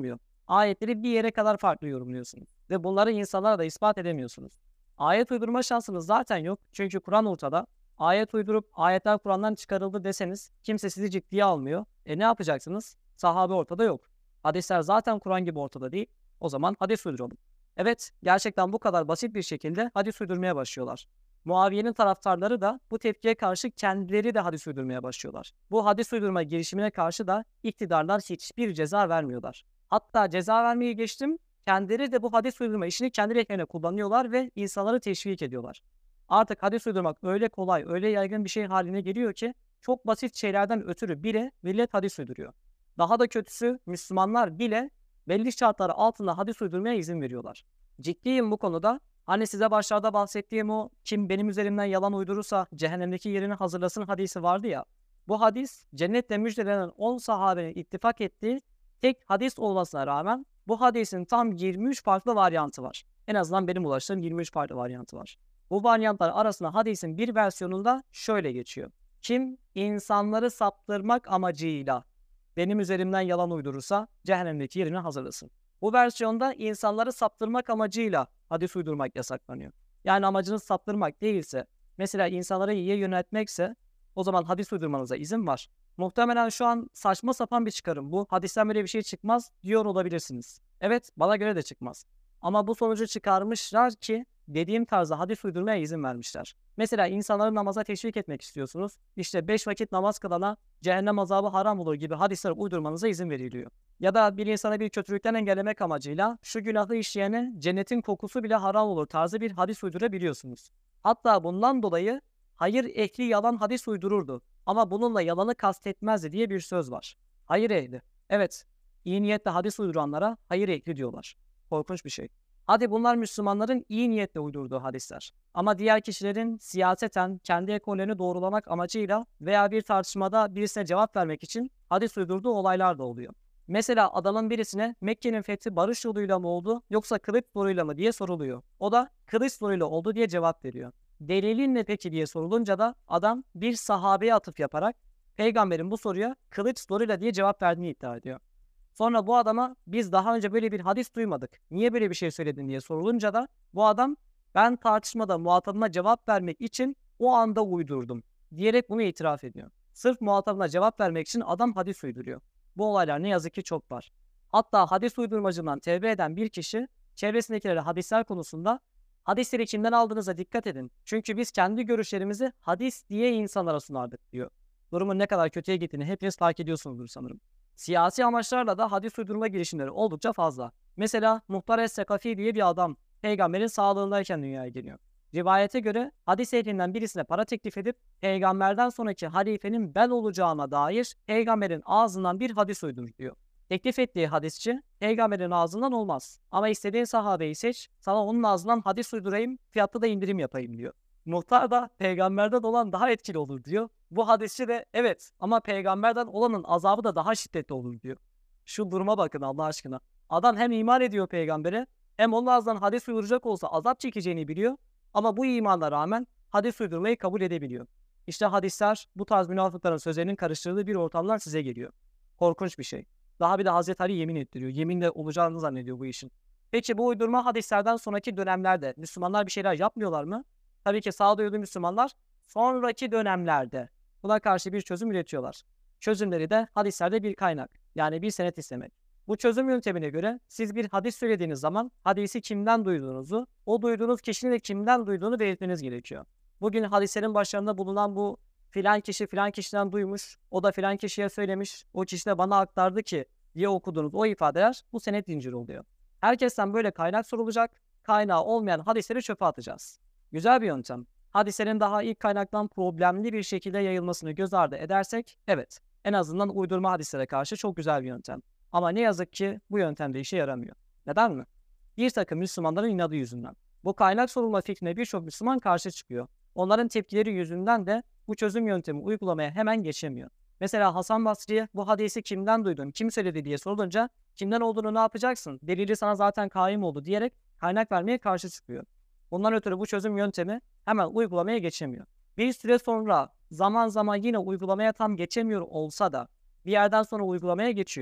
Ayetleri bir yere kadar farklı yorumluyorsunuz ve bunları insanlara da ispat edemiyorsunuz. Ayet uydurma şansınız zaten yok çünkü Kur'an ortada. Ayet uydurup ayetler Kur'an'dan çıkarıldı deseniz kimse sizi ciddiye almıyor. E ne yapacaksınız? Sahabe ortada yok. Hadisler zaten Kur'an gibi ortada değil. O zaman hadis uyduralım. Evet, gerçekten bu kadar basit bir şekilde hadis uydurmaya başlıyorlar. Muaviye'nin taraftarları da bu tepkiye karşı kendileri de hadis uydurmaya başlıyorlar. Bu hadis uydurma girişimine karşı da iktidarlar hiçbir ceza vermiyorlar. Hatta ceza vermeyi geçtim, kendileri de bu hadis uydurma işini kendi lehlerine kullanıyorlar ve insanları teşvik ediyorlar. Artık hadis uydurmak öyle kolay, öyle yaygın bir şey haline geliyor ki çok basit şeylerden ötürü bile millet hadis uyduruyor. Daha da kötüsü Müslümanlar bile belli şartlar altında hadis uydurmaya izin veriyorlar. Ciddiyim bu konuda. Hani size başlarda bahsettiğim o kim benim üzerimden yalan uydurursa cehennemdeki yerini hazırlasın hadisi vardı ya. Bu hadis cennetle müjdelenen on sahabenin ittifak ettiği tek hadis olmasına rağmen bu hadisin tam yirmi üç farklı varyantı var. En azından benim ulaştığım yirmi üç farklı varyantı var. Bu varyantlar arasında hadisin bir versiyonunda şöyle geçiyor. Kim insanları saptırmak amacıyla benim üzerimden yalan uydurursa cehennemdeki yerini hazırlasın. Bu versiyonda insanları saptırmak amacıyla hadis uydurmak yasaklanıyor. Yani amacınız saptırmak değilse, mesela insanları iyiye yöneltmekse o zaman hadis uydurmanıza izin var. Muhtemelen şu an saçma sapan bir çıkarım bu. Hadisten böyle bir şey çıkmaz diyor olabilirsiniz. Evet, bana göre de çıkmaz. Ama bu sonucu çıkarmışlar ki dediğim tarzda hadis uydurmaya izin vermişler. Mesela insanları namaza teşvik etmek istiyorsunuz. İşte beş vakit namaz kılana cehennem azabı haram olur gibi hadisler uydurmanıza izin veriliyor. Ya da bir insana bir kötülükten engellemek amacıyla şu günahı işleyene cennetin kokusu bile haram olur tarzı bir hadis uydurabiliyorsunuz. Hatta bundan dolayı hayır ehli yalan hadis uydururdu ama bununla yalanı kastetmezdi diye bir söz var. Hayır ehli. Evet, iyi niyetle hadis uyduranlara hayır ehli diyorlar. Korkunç bir şey. Hadi bunlar Müslümanların iyi niyetle uydurduğu hadisler. Ama diğer kişilerin siyaseten kendi ekollerini doğrulamak amacıyla veya bir tartışmada birisine cevap vermek için hadis uydurduğu olaylar da oluyor. Mesela adamın birisine Mekke'nin fethi barış yoluyla mı oldu yoksa kılıç zoruyla mı diye soruluyor. O da kılıç zoruyla oldu diye cevap veriyor. Delilin ne peki diye sorulunca da adam bir sahabeye atıf yaparak peygamberin bu soruya kılıç zoruyla diye cevap verdiğini iddia ediyor. Sonra bu adama biz daha önce böyle bir hadis duymadık, niye böyle bir şey söyledin diye sorulunca da bu adam ben tartışmada muhatabıma cevap vermek için o anda uydurdum diyerek bunu itiraf ediyor. Sırf muhatabına cevap vermek için adam hadis uyduruyor. Bu olaylar ne yazık ki çok var. Hatta hadis uydurmacından tevbe eden bir kişi çevresindekilere hadisler konusunda hadisleri kimden aldığınıza dikkat edin. Çünkü biz kendi görüşlerimizi hadis diye insanlara sunardık diyor. Durumun ne kadar kötüye gittiğini hepiniz fark ediyorsunuzdur sanırım. Siyasi amaçlarla da hadis uydurma girişimleri oldukça fazla. Mesela Muhtar Es-Sekafi diye bir adam peygamberin sağlığındayken dünyaya geliyor. Rivayete göre hadis ehlinden birisine para teklif edip peygamberden sonraki halifenin ben olacağına dair peygamberin ağzından bir hadis uyduruyor. Teklif ettiği hadisçi peygamberin ağzından olmaz ama istediğin sahabeyi seç, sana onun ağzından hadis uydurayım, fiyatta da indirim yapayım diyor. Muhtar da peygamberden olan daha etkili olur diyor. Bu hadisçi de evet ama peygamberden olanın azabı da daha şiddetli olur diyor. Şu duruma bakın Allah aşkına. Adam hem iman ediyor peygambere hem onun ağzından hadis uyduracak olsa azap çekeceğini biliyor. Ama bu imana rağmen hadis uydurmayı kabul edebiliyor. İşte hadisler bu tarz münafıkların sözlerinin karıştırıldığı bir ortamdan size geliyor. Korkunç bir şey. Daha bir de Hazreti Ali yemin ettiriyor. Yeminle olacağını zannediyor bu işin. Peki bu uydurma hadislerden sonraki dönemlerde Müslümanlar bir şeyler yapmıyorlar mı? Tabii ki sağduyulu Müslümanlar sonraki dönemlerde buna karşı bir çözüm üretiyorlar. Çözümleri de hadislerde bir kaynak, yani bir senet istemek. Bu çözüm yöntemine göre siz bir hadis söylediğiniz zaman hadisi kimden duyduğunuzu, o duyduğunuz kişinin de kimden duyduğunu belirtmeniz gerekiyor. Bugün hadislerin başlarında bulunan bu filan kişi filan kişiden duymuş, o da filan kişiye söylemiş, o kişi de bana aktardı ki diye okuduğunuz o ifadeler bu senet zinciri oluyor. Herkesten böyle kaynak sorulacak, kaynağı olmayan hadisleri çöpe atacağız. Güzel bir yöntem. Hadislerin daha ilk kaynaktan problemli bir şekilde yayılmasını göz ardı edersek, evet, en azından uydurma hadislere karşı çok güzel bir yöntem. Ama ne yazık ki bu yöntem de işe yaramıyor. Neden mi? Bir takım Müslümanların inadı yüzünden. Bu kaynak sorulma fikrine birçok Müslüman karşı çıkıyor. Onların tepkileri yüzünden de bu çözüm yöntemi uygulamaya hemen geçemiyor. Mesela Hasan Basri'ye bu hadisi kimden duydun, kim söyledi diye sorulunca kimden olduğunu ne yapacaksın, delili sana zaten kaim oldu diyerek kaynak vermeye karşı çıkıyor. Bundan ötürü bu çözüm yöntemi hemen uygulamaya geçemiyor. Bir süre sonra zaman zaman yine uygulamaya tam geçemiyor olsa da bir yerden sonra uygulamaya geçiyor.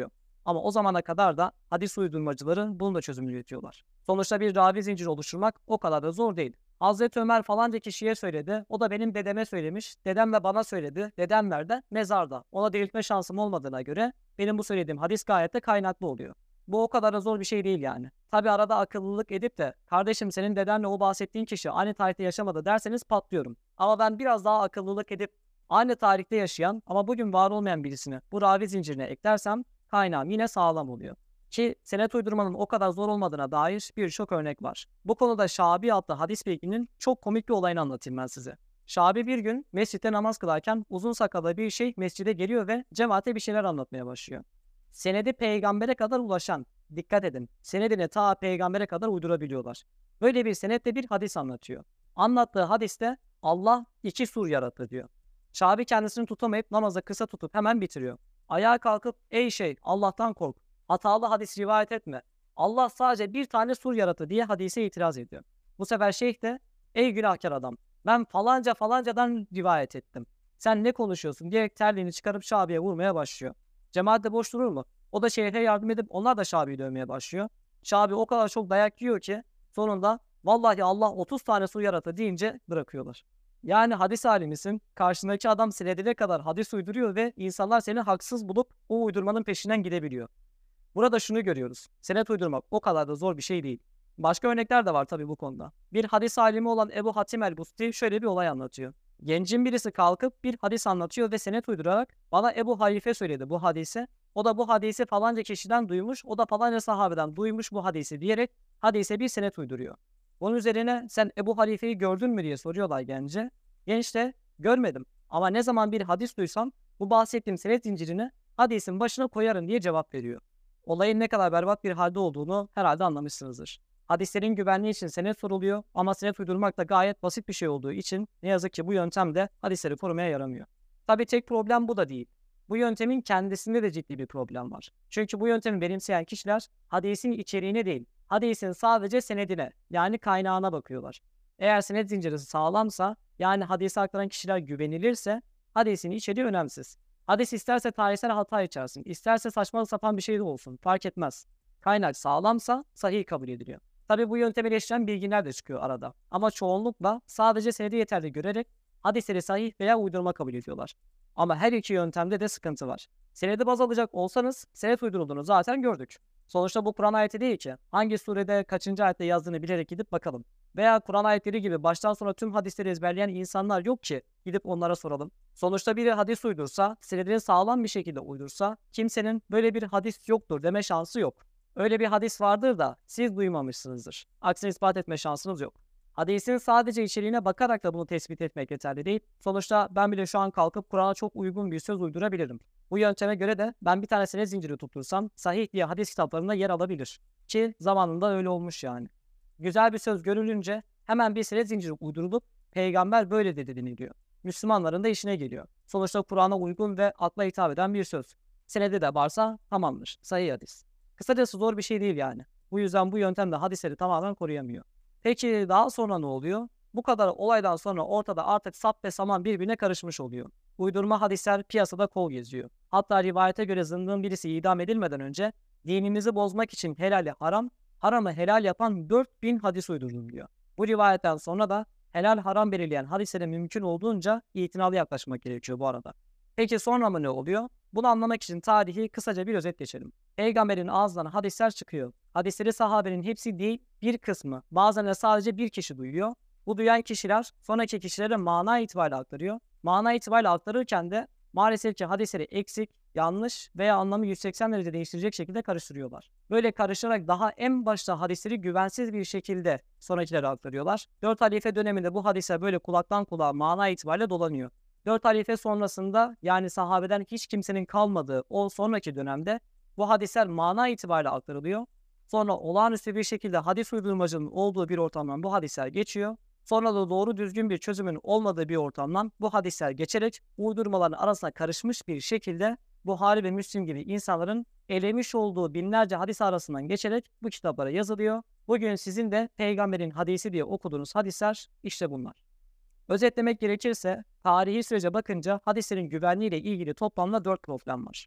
Ama o zamana kadar da hadis uydurmacıları bunun da çözümünü üretiyorlar. Sonuçta bir ravi zinciri oluşturmak o kadar da zor değil. Hazreti Ömer falanca kişiye söyledi. O da benim dedeme söylemiş. Dedem ve bana söyledi. Dedemler de mezarda. Ona diriltme şansım olmadığına göre benim bu söylediğim hadis gayet de kaynaklı oluyor. Bu o kadar da zor bir şey değil yani. Tabi arada akıllılık edip de kardeşim senin dedenle o bahsettiğin kişi aynı tarihte yaşamadı derseniz patlıyorum. Ama ben biraz daha akıllılık edip aynı tarihte yaşayan ama bugün var olmayan birisini bu ravi zincirine eklersem kaynağım yine sağlam oluyor. Ki senet uydurmanın o kadar zor olmadığına dair birçok örnek var. Bu konuda Şabi adlı hadis bilginin çok komik bir olayını anlatayım ben size. Şabi bir gün mescitte namaz kılarken uzun sakallı bir şeyh mescide geliyor ve cemaate bir şeyler anlatmaya başlıyor. Senedi peygambere kadar ulaşan, dikkat edin, senedini ta peygambere kadar uydurabiliyorlar. Böyle bir senetle bir hadis anlatıyor. Anlattığı hadiste Allah iki sur yarattı diyor. Şabi kendisini tutamayıp namazı kısa tutup hemen bitiriyor. Ayağa kalkıp ey şey Allah'tan kork, hatalı hadis rivayet etme. Allah sadece bir tane sur yarattı diye hadise itiraz ediyor. Bu sefer şeyh de ey günahkar adam ben falanca falancadan rivayet ettim. Sen ne konuşuyorsun diyerek terliğini çıkarıp Şabi'ye vurmaya başlıyor. Cemaat de boş durur mu? O da şeyhe yardım edip onlar da Şabi'yi dövmeye başlıyor. Şabi o kadar çok dayak yiyor ki sonunda vallahi Allah otuz tane sur yarattı deyince bırakıyorlar. Yani hadis alimisin, karşındaki adam senedine kadar hadis uyduruyor ve insanlar seni haksız bulup o uydurmanın peşinden gidebiliyor. Burada şunu görüyoruz. Senet uydurmak o kadar da zor bir şey değil. Başka örnekler de var tabii bu konuda. Bir hadis alimi olan Ebu Hatim el-Busti şöyle bir olay anlatıyor. Gencin birisi kalkıp bir hadis anlatıyor ve senet uydurarak bana Ebu Hanife söyledi bu hadise. O da bu hadisi falanca kişiden duymuş, o da falanca sahabeden duymuş bu hadisi diyerek hadise bir senet uyduruyor. Bunun üzerine sen Ebu Hanife'yi gördün mü diye soruyorlar gence. Genç de görmedim ama ne zaman bir hadis duysam bu bahsettiğim senet zincirini hadisin başına koyarım diye cevap veriyor. Olayın ne kadar berbat bir halde olduğunu herhalde anlamışsınızdır. Hadislerin güvenliği için senet soruluyor ama senet uydurmak da gayet basit bir şey olduğu için ne yazık ki bu yöntem de hadisleri korumaya yaramıyor. Tabii tek problem bu da değil. Bu yöntemin kendisinde de ciddi bir problem var. Çünkü bu yöntemi benimseyen kişiler hadisin içeriğine değil, hadisin sadece senedine yani kaynağına bakıyorlar. Eğer senet zinciri sağlamsa yani hadisi aktaran kişiler güvenilirse hadisin içeriği önemsiz. Hadis isterse tarihsel hata içersin, isterse saçma sapan bir şey de olsun fark etmez. Kaynak sağlamsa sahih kabul ediliyor. Tabi bu yöntemi eleştiren bilginler de çıkıyor arada. Ama çoğunlukla sadece senedi yeterli görerek hadisleri sahih veya uydurma kabul ediyorlar. Ama her iki yöntemde de sıkıntı var. Senedi baz alacak olsanız senet uydurulduğunu zaten gördük. Sonuçta bu Kur'an ayeti değil ki. Hangi surede kaçıncı ayette yazdığını bilerek gidip bakalım. Veya Kur'an ayetleri gibi baştan sona tüm hadisleri ezberleyen insanlar yok ki gidip onlara soralım. Sonuçta biri hadis uydursa, senedini sağlam bir şekilde uydursa kimsenin böyle bir hadis yoktur deme şansı yok. Öyle bir hadis vardır da siz duymamışsınızdır. Aksini ispat etme şansınız yok. Hadisin sadece içeriğine bakarak da bunu tespit etmek yeterli değil. Sonuçta ben bile şu an kalkıp Kur'an'a çok uygun bir söz uydurabilirim. Bu yönteme göre de ben bir tanesine zinciri tutursam sahih diye hadis kitaplarında yer alabilir. Ki zamanında öyle olmuş yani. Güzel bir söz görülünce hemen bir senet zinciri uydurulup peygamber böyle dedi deniliyor. Müslümanların da işine geliyor. Sonuçta Kur'an'a uygun ve akla hitap eden bir söz. Senedi de varsa tamamdır. Sahih hadis. Kısacası zor bir şey değil yani. Bu yüzden bu yöntem de hadisleri tamamen koruyamıyor. Peki daha sonra ne oluyor? Bu kadar olaydan sonra ortada artık sap ve saman birbirine karışmış oluyor. Uydurma hadisler piyasada kol geziyor. Hatta rivayete göre zındığın birisi idam edilmeden önce dinimizi bozmak için helali haram, haramı helal yapan dört bin hadis uydurdum diyor. Bu rivayetten sonra da helal haram belirleyen hadislere mümkün olduğunca itinalı yaklaşmak gerekiyor bu arada. Peki sonra mı ne oluyor? Bunu anlamak için tarihi kısaca bir özet geçelim. Peygamberin ağzından hadisler çıkıyor. Hadisleri sahabenin hepsi değil bir kısmı, bazen de sadece bir kişi duyuyor. Bu duyan kişiler sonraki kişilere mana itibariyle aktarıyor. Mana itibariyle aktarırken de maalesef ki hadisleri eksik, yanlış veya anlamı yüz seksen derece değiştirecek şekilde karıştırıyorlar. Böyle karıştırarak daha en başta hadisleri güvensiz bir şekilde sonrakilere aktarıyorlar. Dört halife döneminde bu hadisler böyle kulaktan kulağa mana itibariyle dolanıyor. Dört halife sonrasında yani sahabeden hiç kimsenin kalmadığı o sonraki dönemde bu hadisler mana itibariyle aktarılıyor. Sonra olağanüstü bir şekilde hadis uydurmacının olduğu bir ortamdan bu hadisler geçiyor. Sonra da doğru düzgün bir çözümün olmadığı bir ortamdan bu hadisler geçerek uydurmaların arasına karışmış bir şekilde Buhari ve Müslim gibi insanların elemiş olduğu binlerce hadis arasından geçerek bu kitaplara yazılıyor. Bugün sizin de peygamberin hadisi diye okuduğunuz hadisler işte bunlar. Özetlemek gerekirse tarihi sürece bakınca hadislerin güvenliği ile ilgili toplamda dört problem var.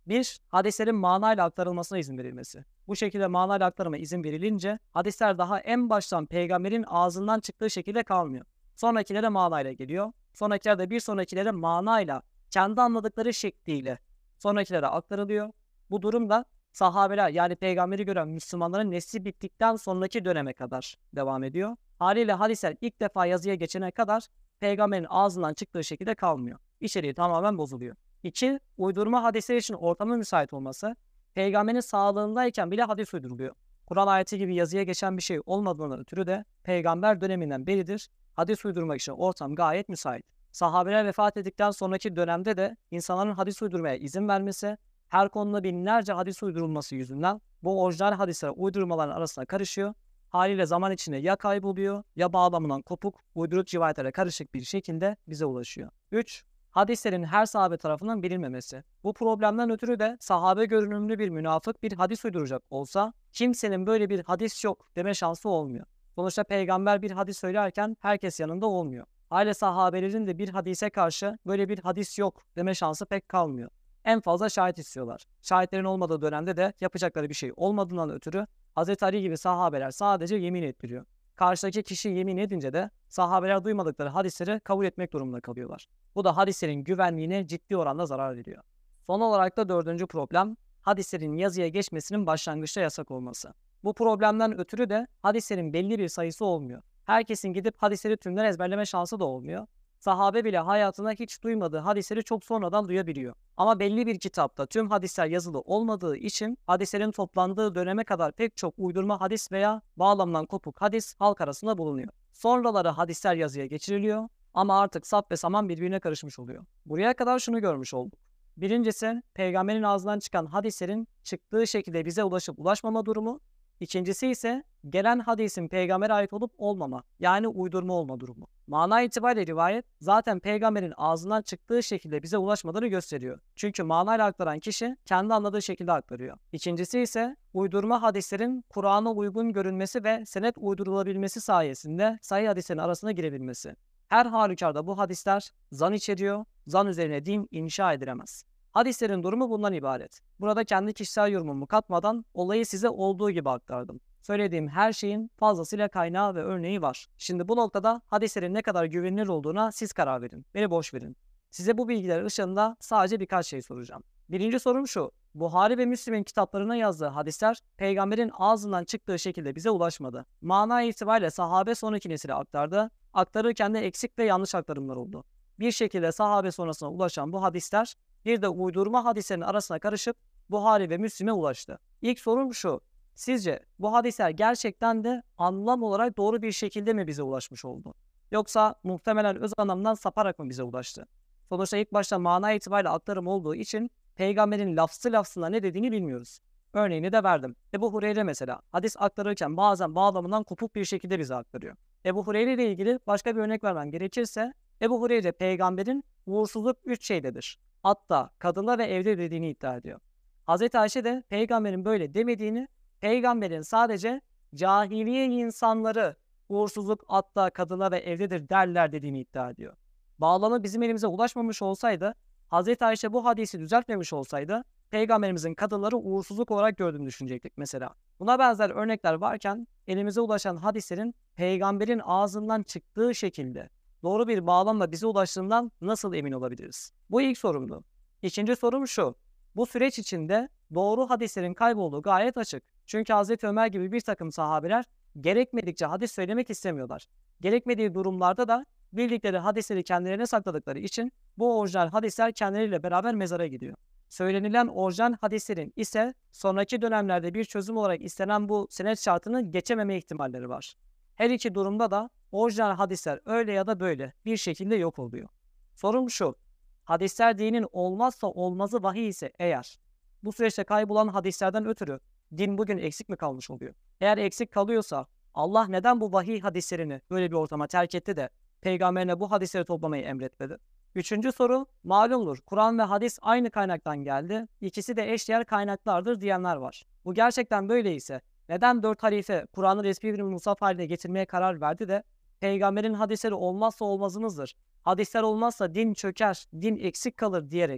Bir, hadislerin manayla aktarılmasına izin verilmesi. Bu şekilde manayla aktarıma izin verilince hadisler daha en baştan peygamberin ağzından çıktığı şekilde kalmıyor. Sonrakilere manayla geliyor. Sonrakiler de bir sonrakilere manayla kendi anladıkları şekliyle sonrakilere aktarılıyor. Bu durumda sahabeler yani peygamberi gören Müslümanların nesli bittikten sonraki döneme kadar devam ediyor. Haliyle hadisler ilk defa yazıya geçene kadar peygamberin ağzından çıktığı şekilde kalmıyor. İçeriği tamamen bozuluyor. İki, uydurma hadisler için ortamın müsait olması. Peygamberin sağlığındayken bile hadis uyduruluyor. Kur'an ayeti gibi yazıya geçen bir şey olmadığından ötürü de peygamber döneminden beridir hadis uydurmak için ortam gayet müsait. Sahabeler vefat ettikten sonraki dönemde de insanların hadis uydurmaya izin vermesi, her konuda binlerce hadis uydurulması yüzünden bu orijinal hadisler uydurmaların arasına karışıyor. Haliyle zaman içinde ya kayboluyor ya bağlamından kopuk, uyduruk rivayetlere karışık bir şekilde bize ulaşıyor. üç. Hadislerin her sahabe tarafından bilinmemesi. Bu problemden ötürü de sahabe görünümlü bir münafık bir hadis uyduracak olsa kimsenin böyle bir hadis yok deme şansı olmuyor. Sonuçta peygamber bir hadis söylerken herkes yanında olmuyor. Aile sahabelerin de bir hadise karşı böyle bir hadis yok deme şansı pek kalmıyor. En fazla şahit istiyorlar. Şahitlerin olmadığı dönemde de yapacakları bir şey olmadığından ötürü Hazreti Ali gibi sahabeler sadece yemin ettiriyor. Karşıdaki kişi yemin edince de sahabeler duymadıkları hadisleri kabul etmek durumunda kalıyorlar. Bu da hadislerin güvenliğine ciddi oranda zarar veriyor. Son olarak da dördüncü problem, hadislerin yazıya geçmesinin başlangıçta yasak olması. Bu problemden ötürü de hadislerin belli bir sayısı olmuyor. Herkesin gidip hadisleri tümden ezberleme şansı da olmuyor. Sahabe bile hayatında hiç duymadığı hadisleri çok sonradan duyabiliyor. Ama belli bir kitapta tüm hadisler yazılı olmadığı için hadislerin toplandığı döneme kadar pek çok uydurma hadis veya bağlamdan kopuk hadis halk arasında bulunuyor. Sonraları hadisler yazıya geçiriliyor ama artık sap ve saman birbirine karışmış oluyor. Buraya kadar şunu görmüş olduk. Birincisi, peygamberin ağzından çıkan hadislerin çıktığı şekilde bize ulaşıp ulaşmama durumu. İkincisi ise gelen hadisin peygambere ait olup olmama, yani uydurma olma durumu. Mana itibariyle rivayet zaten peygamberin ağzından çıktığı şekilde bize ulaşmadığını gösteriyor. Çünkü manayla aktaran kişi kendi anladığı şekilde aktarıyor. İkincisi ise uydurma hadislerin Kur'an'a uygun görünmesi ve senet uydurulabilmesi sayesinde sahih hadislerin arasına girebilmesi. Her halükarda bu hadisler zan içeriyor, zan üzerine din inşa edilemez. Hadislerin durumu bundan ibaret. Burada kendi kişisel yorumumu katmadan olayı size olduğu gibi aktardım. Söylediğim her şeyin fazlasıyla kaynağı ve örneği var. Şimdi bu noktada hadislerin ne kadar güvenilir olduğuna siz karar verin. Beni boş verin. Size bu bilgiler ışığında sadece birkaç şey soracağım. Birinci sorum şu. Buhari ve Müslim'in kitaplarına yazdığı hadisler peygamberin ağzından çıktığı şekilde bize ulaşmadı. Mana itibariyle sahabe sonraki nesile aktardı. Aktarırken de eksik ve yanlış aktarımlar oldu. Bir şekilde sahabe sonrasına ulaşan bu hadisler bir de uydurma hadislerin arasına karışıp Buhari ve Müslim'e ulaştı. İlk sorum şu. Sizce bu hadisler gerçekten de anlam olarak doğru bir şekilde mi bize ulaşmış oldu? Yoksa muhtemelen öz anlamdan saparak mı bize ulaştı? Sonuçta ilk başta mana itibariyle aktarım olduğu için peygamberin lafzı lafzına ne dediğini bilmiyoruz. Örneğini de verdim. Ebu Hureyre mesela hadis aktarırken bazen bağlamından kopuk bir şekilde bize aktarıyor. Ebu Hureyre ile ilgili başka bir örnek vermem gerekirse Ebu Hureyre peygamberin uğursuzluk üç şeydedir. Hatta kadınlar ve evde dediğini iddia ediyor. Hazreti Ayşe de peygamberin böyle demediğini, peygamberin sadece cahiliye insanları uğursuzluk hatta kadınlar ve evdedir derler dediğini iddia ediyor. Bağlamı bizim elimize ulaşmamış olsaydı, Hazreti Ayşe bu hadisi düzeltmemiş olsaydı, peygamberimizin kadınları uğursuzluk olarak gördüğünü düşünecektik mesela. Buna benzer örnekler varken elimize ulaşan hadislerin peygamberin ağzından çıktığı şekilde doğru bir bağlamla bize ulaştığından nasıl emin olabiliriz? Bu ilk sorumdu. İkinci sorum şu. Bu süreç içinde doğru hadislerin kaybolduğu gayet açık. Çünkü Hazreti Ömer gibi bir takım sahabeler gerekmedikçe hadis söylemek istemiyorlar. Gerekmediği durumlarda da bildikleri hadisleri kendilerine sakladıkları için bu orijinal hadisler kendileriyle beraber mezara gidiyor. Söylenilen orijinal hadislerin ise sonraki dönemlerde bir çözüm olarak istenen bu senet şartını geçememe ihtimalleri var. Her iki durumda da orijinal hadisler öyle ya da böyle bir şekilde yok oluyor. Sorum şu. Hadisler dinin olmazsa olmazı vahiy ise eğer bu süreçte kaybolan hadislerden ötürü din bugün eksik mi kalmış oluyor? Eğer eksik kalıyorsa Allah neden bu vahiy hadislerini böyle bir ortama terk etti de peygamberine bu hadisleri toplamayı emretmedi? Üçüncü soru, malumdur. Kur'an ve hadis aynı kaynaktan geldi. İkisi de eşdeğer kaynaklardır diyenler var. Bu gerçekten böyleyse neden dört halife Kur'an'ı resmi bir musaf haline getirmeye karar verdi de peygamberin hadisleri olmazsa olmazımızdır. Hadisler olmazsa din çöker, din eksik kalır diyerek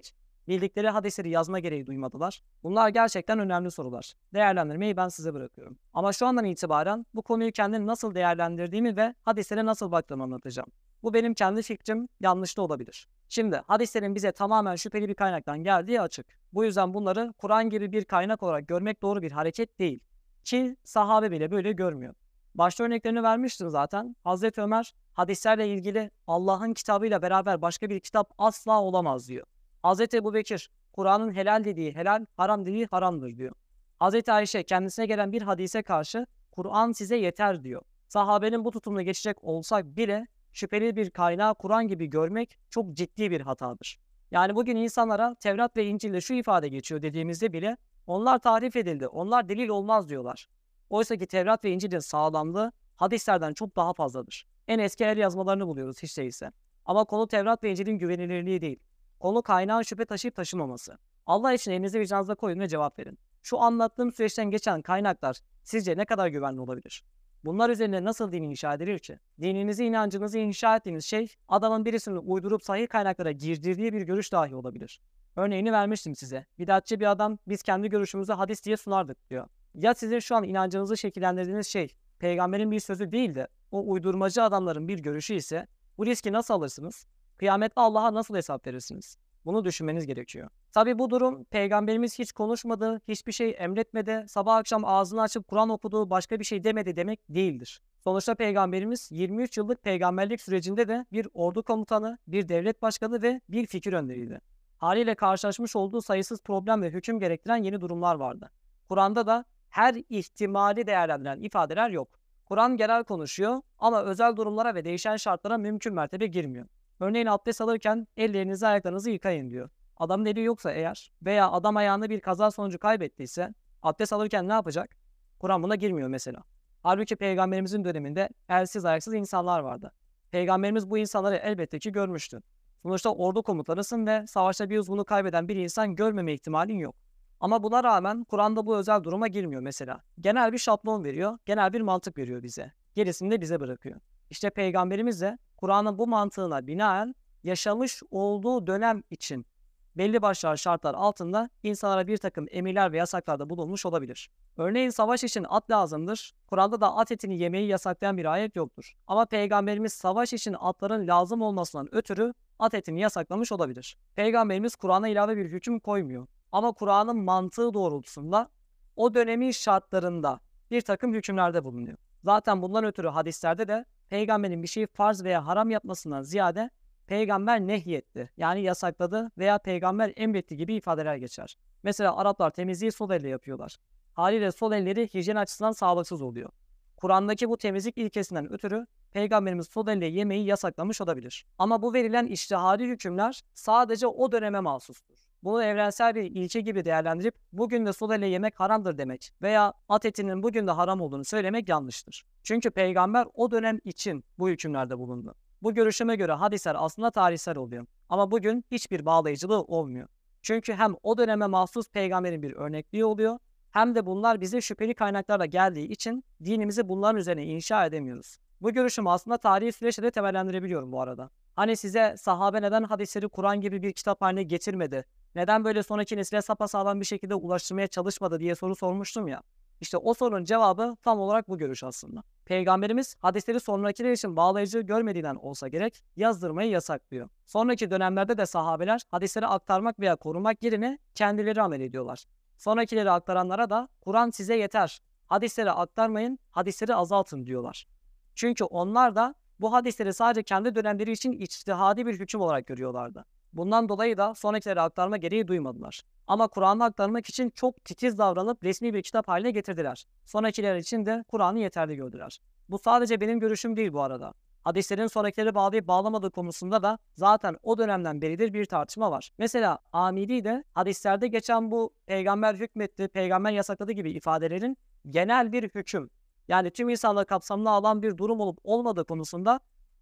Bildikleri hadisleri yazma gereği duymadılar. Bunlar gerçekten önemli sorular. Değerlendirmeyi ben size bırakıyorum. Ama şu andan itibaren bu konuyu kendim nasıl değerlendirdiğimi ve hadislere nasıl baktığımı anlatacağım. Bu benim kendi fikrim, yanlış da olabilir. Şimdi hadislerin bize tamamen şüpheli bir kaynaktan geldiği açık. Bu yüzden bunları Kur'an gibi bir kaynak olarak görmek doğru bir hareket değil. Ki sahabe bile böyle görmüyor. Başta örneklerini vermiştim zaten. Hazreti Ömer hadislerle ilgili Allah'ın kitabıyla beraber başka bir kitap asla olamaz diyor. Hazreti Ebubekir Kur'an'ın helal dediği helal, haram dediği haramdır diyor. Hazreti Ayşe kendisine gelen bir hadise karşı Kur'an size yeter diyor. Sahabenin bu tutumuna geçecek olsak bile şüpheli bir kaynağı Kur'an gibi görmek çok ciddi bir hatadır. Yani bugün insanlara Tevrat ve İncil'de şu ifade geçiyor dediğimizde bile onlar tahrif edildi, onlar delil olmaz diyorlar. Oysa ki Tevrat ve İncil'in sağlamlığı hadislerden çok daha fazladır. En eski el yazmalarını buluyoruz hiç değilse. Ama konu Tevrat ve İncil'in güvenilirliği değil. Konu kaynağın şüphe taşıyıp taşımaması. Allah için elinizi vicdanınıza koyun ve cevap verin. Şu anlattığım süreçten geçen kaynaklar sizce ne kadar güvenli olabilir? Bunlar üzerine nasıl din inşa edilir ki? Dininizi, inancınızı inşa ettiğiniz şey adamın birisini uydurup sahih kaynaklara girdirdiği bir görüş dahi olabilir. Örneğini vermiştim size. Bidatçı bir adam biz kendi görüşümüzü hadis diye sunardık diyor. Ya sizin şu an inancınızı şekillendirdiğiniz şey peygamberin bir sözü değil de o uydurmacı adamların bir görüşü ise bu riski nasıl alırsınız? Kıyamette Allah'a nasıl hesap verirsiniz? Bunu düşünmeniz gerekiyor. Tabi bu durum peygamberimiz hiç konuşmadı, hiçbir şey emretmedi, sabah akşam ağzını açıp Kur'an okudu, başka bir şey demedi demek değildir. Sonuçta peygamberimiz yirmi üç yıllık peygamberlik sürecinde de bir ordu komutanı, bir devlet başkanı ve bir fikir önderiydi. Haliyle karşılaşmış olduğu sayısız problem ve hüküm gerektiren yeni durumlar vardı. Kur'an'da da her ihtimali değerlendiren ifadeler yok. Kur'an genel konuşuyor ama özel durumlara ve değişen şartlara mümkün mertebe girmiyor. Örneğin abdest alırken ellerinizi ayaklarınızı yıkayın diyor. Adamın eli yoksa eğer veya adam ayağında bir kaza sonucu kaybettiyse abdest alırken ne yapacak? Kur'an buna girmiyor mesela. Halbuki peygamberimizin döneminde elsiz ayaksız insanlar vardı. Peygamberimiz bu insanları elbette ki görmüştü. Sonuçta ordu komutanısın ve savaşta bir uzvunu kaybeden bir insan görmeme ihtimalin yok. Ama buna rağmen Kur'an'da bu özel duruma girmiyor mesela. Genel bir şablon veriyor, genel bir mantık veriyor bize. Gerisini de bize bırakıyor. İşte peygamberimiz de Kur'an'ın bu mantığına binaen yaşamış olduğu dönem için belli başlı şartlar altında insanlara bir takım emirler ve yasaklarda bulunmuş olabilir. Örneğin savaş için at lazımdır. Kur'an'da da at etini yemeyi yasaklayan bir ayet yoktur. Ama peygamberimiz savaş için atların lazım olmasından ötürü at etini yasaklamış olabilir. Peygamberimiz Kur'an'a ilave bir hüküm koymuyor. Ama Kur'an'ın mantığı doğrultusunda o dönemin şartlarında bir takım hükümlerde bulunuyor. Zaten bundan ötürü hadislerde de peygamberin bir şeyi farz veya haram yapmasından ziyade peygamber nehyetti yani yasakladı veya peygamber emretti gibi ifadeler geçer. Mesela Araplar temizliği sol elle yapıyorlar. Haliyle sol elleri hijyen açısından sağlıksız oluyor. Kur'an'daki bu temizlik ilkesinden ötürü peygamberimiz sol elle yemeği yasaklamış olabilir. Ama bu verilen içtihadi hükümler sadece o döneme mahsustur. Bunu evrensel bir ilke gibi değerlendirip bugün de sol elle yemek haramdır demek veya at etinin bugün de haram olduğunu söylemek yanlıştır. Çünkü peygamber o dönem için bu hükümlerde bulundu. Bu görüşüme göre hadisler aslında tarihsel oluyor. Ama bugün hiçbir bağlayıcılığı olmuyor. Çünkü hem o döneme mahsus peygamberin bir örnekliği oluyor hem de bunlar bize şüpheli kaynaklarla geldiği için dinimizi bunların üzerine inşa edemiyoruz. Bu görüşümü aslında tarihi süreçte de temellendirebiliyorum bu arada. Hani size sahabe neden hadisleri Kur'an gibi bir kitap haline getirmedi, neden böyle sonraki nesile sapasağlam bir şekilde ulaştırmaya çalışmadı diye soru sormuştum ya. İşte o sorunun cevabı tam olarak bu görüş aslında. Peygamberimiz hadisleri sonrakiler için bağlayıcı görmediğinden olsa gerek yazdırmayı yasaklıyor. Sonraki dönemlerde de sahabeler hadisleri aktarmak veya korumak yerine kendileri amel ediyorlar. Sonrakileri aktaranlara da Kur'an size yeter, hadisleri aktarmayın, hadisleri azaltın diyorlar. Çünkü onlar da bu hadisleri sadece kendi dönemleri için içtihadi bir hüküm olarak görüyorlardı. Bundan dolayı da sonrakilere aktarma gereği duymadılar. Ama Kur'an'ı aktarmak için çok titiz davranıp resmi bir kitap haline getirdiler. Sonrakiler için de Kur'an'ı yeterli gördüler. Bu sadece benim görüşüm değil bu arada. Hadislerin sonrakileri bağlayıp bağlamadığı konusunda da zaten o dönemden beridir bir tartışma var. Mesela Amidi de hadislerde geçen bu peygamber hükmetti, peygamber yasakladı gibi ifadelerin genel bir hüküm, yani tüm insanlığı kapsamına alan bir durum olup olmadığı konusunda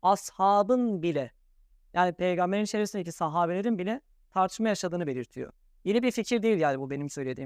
ashabın bile, yani peygamberin içerisindeki sahabelerin bile tartışma yaşadığını belirtiyor. Yeni bir fikir değil yani bu benim söylediğim.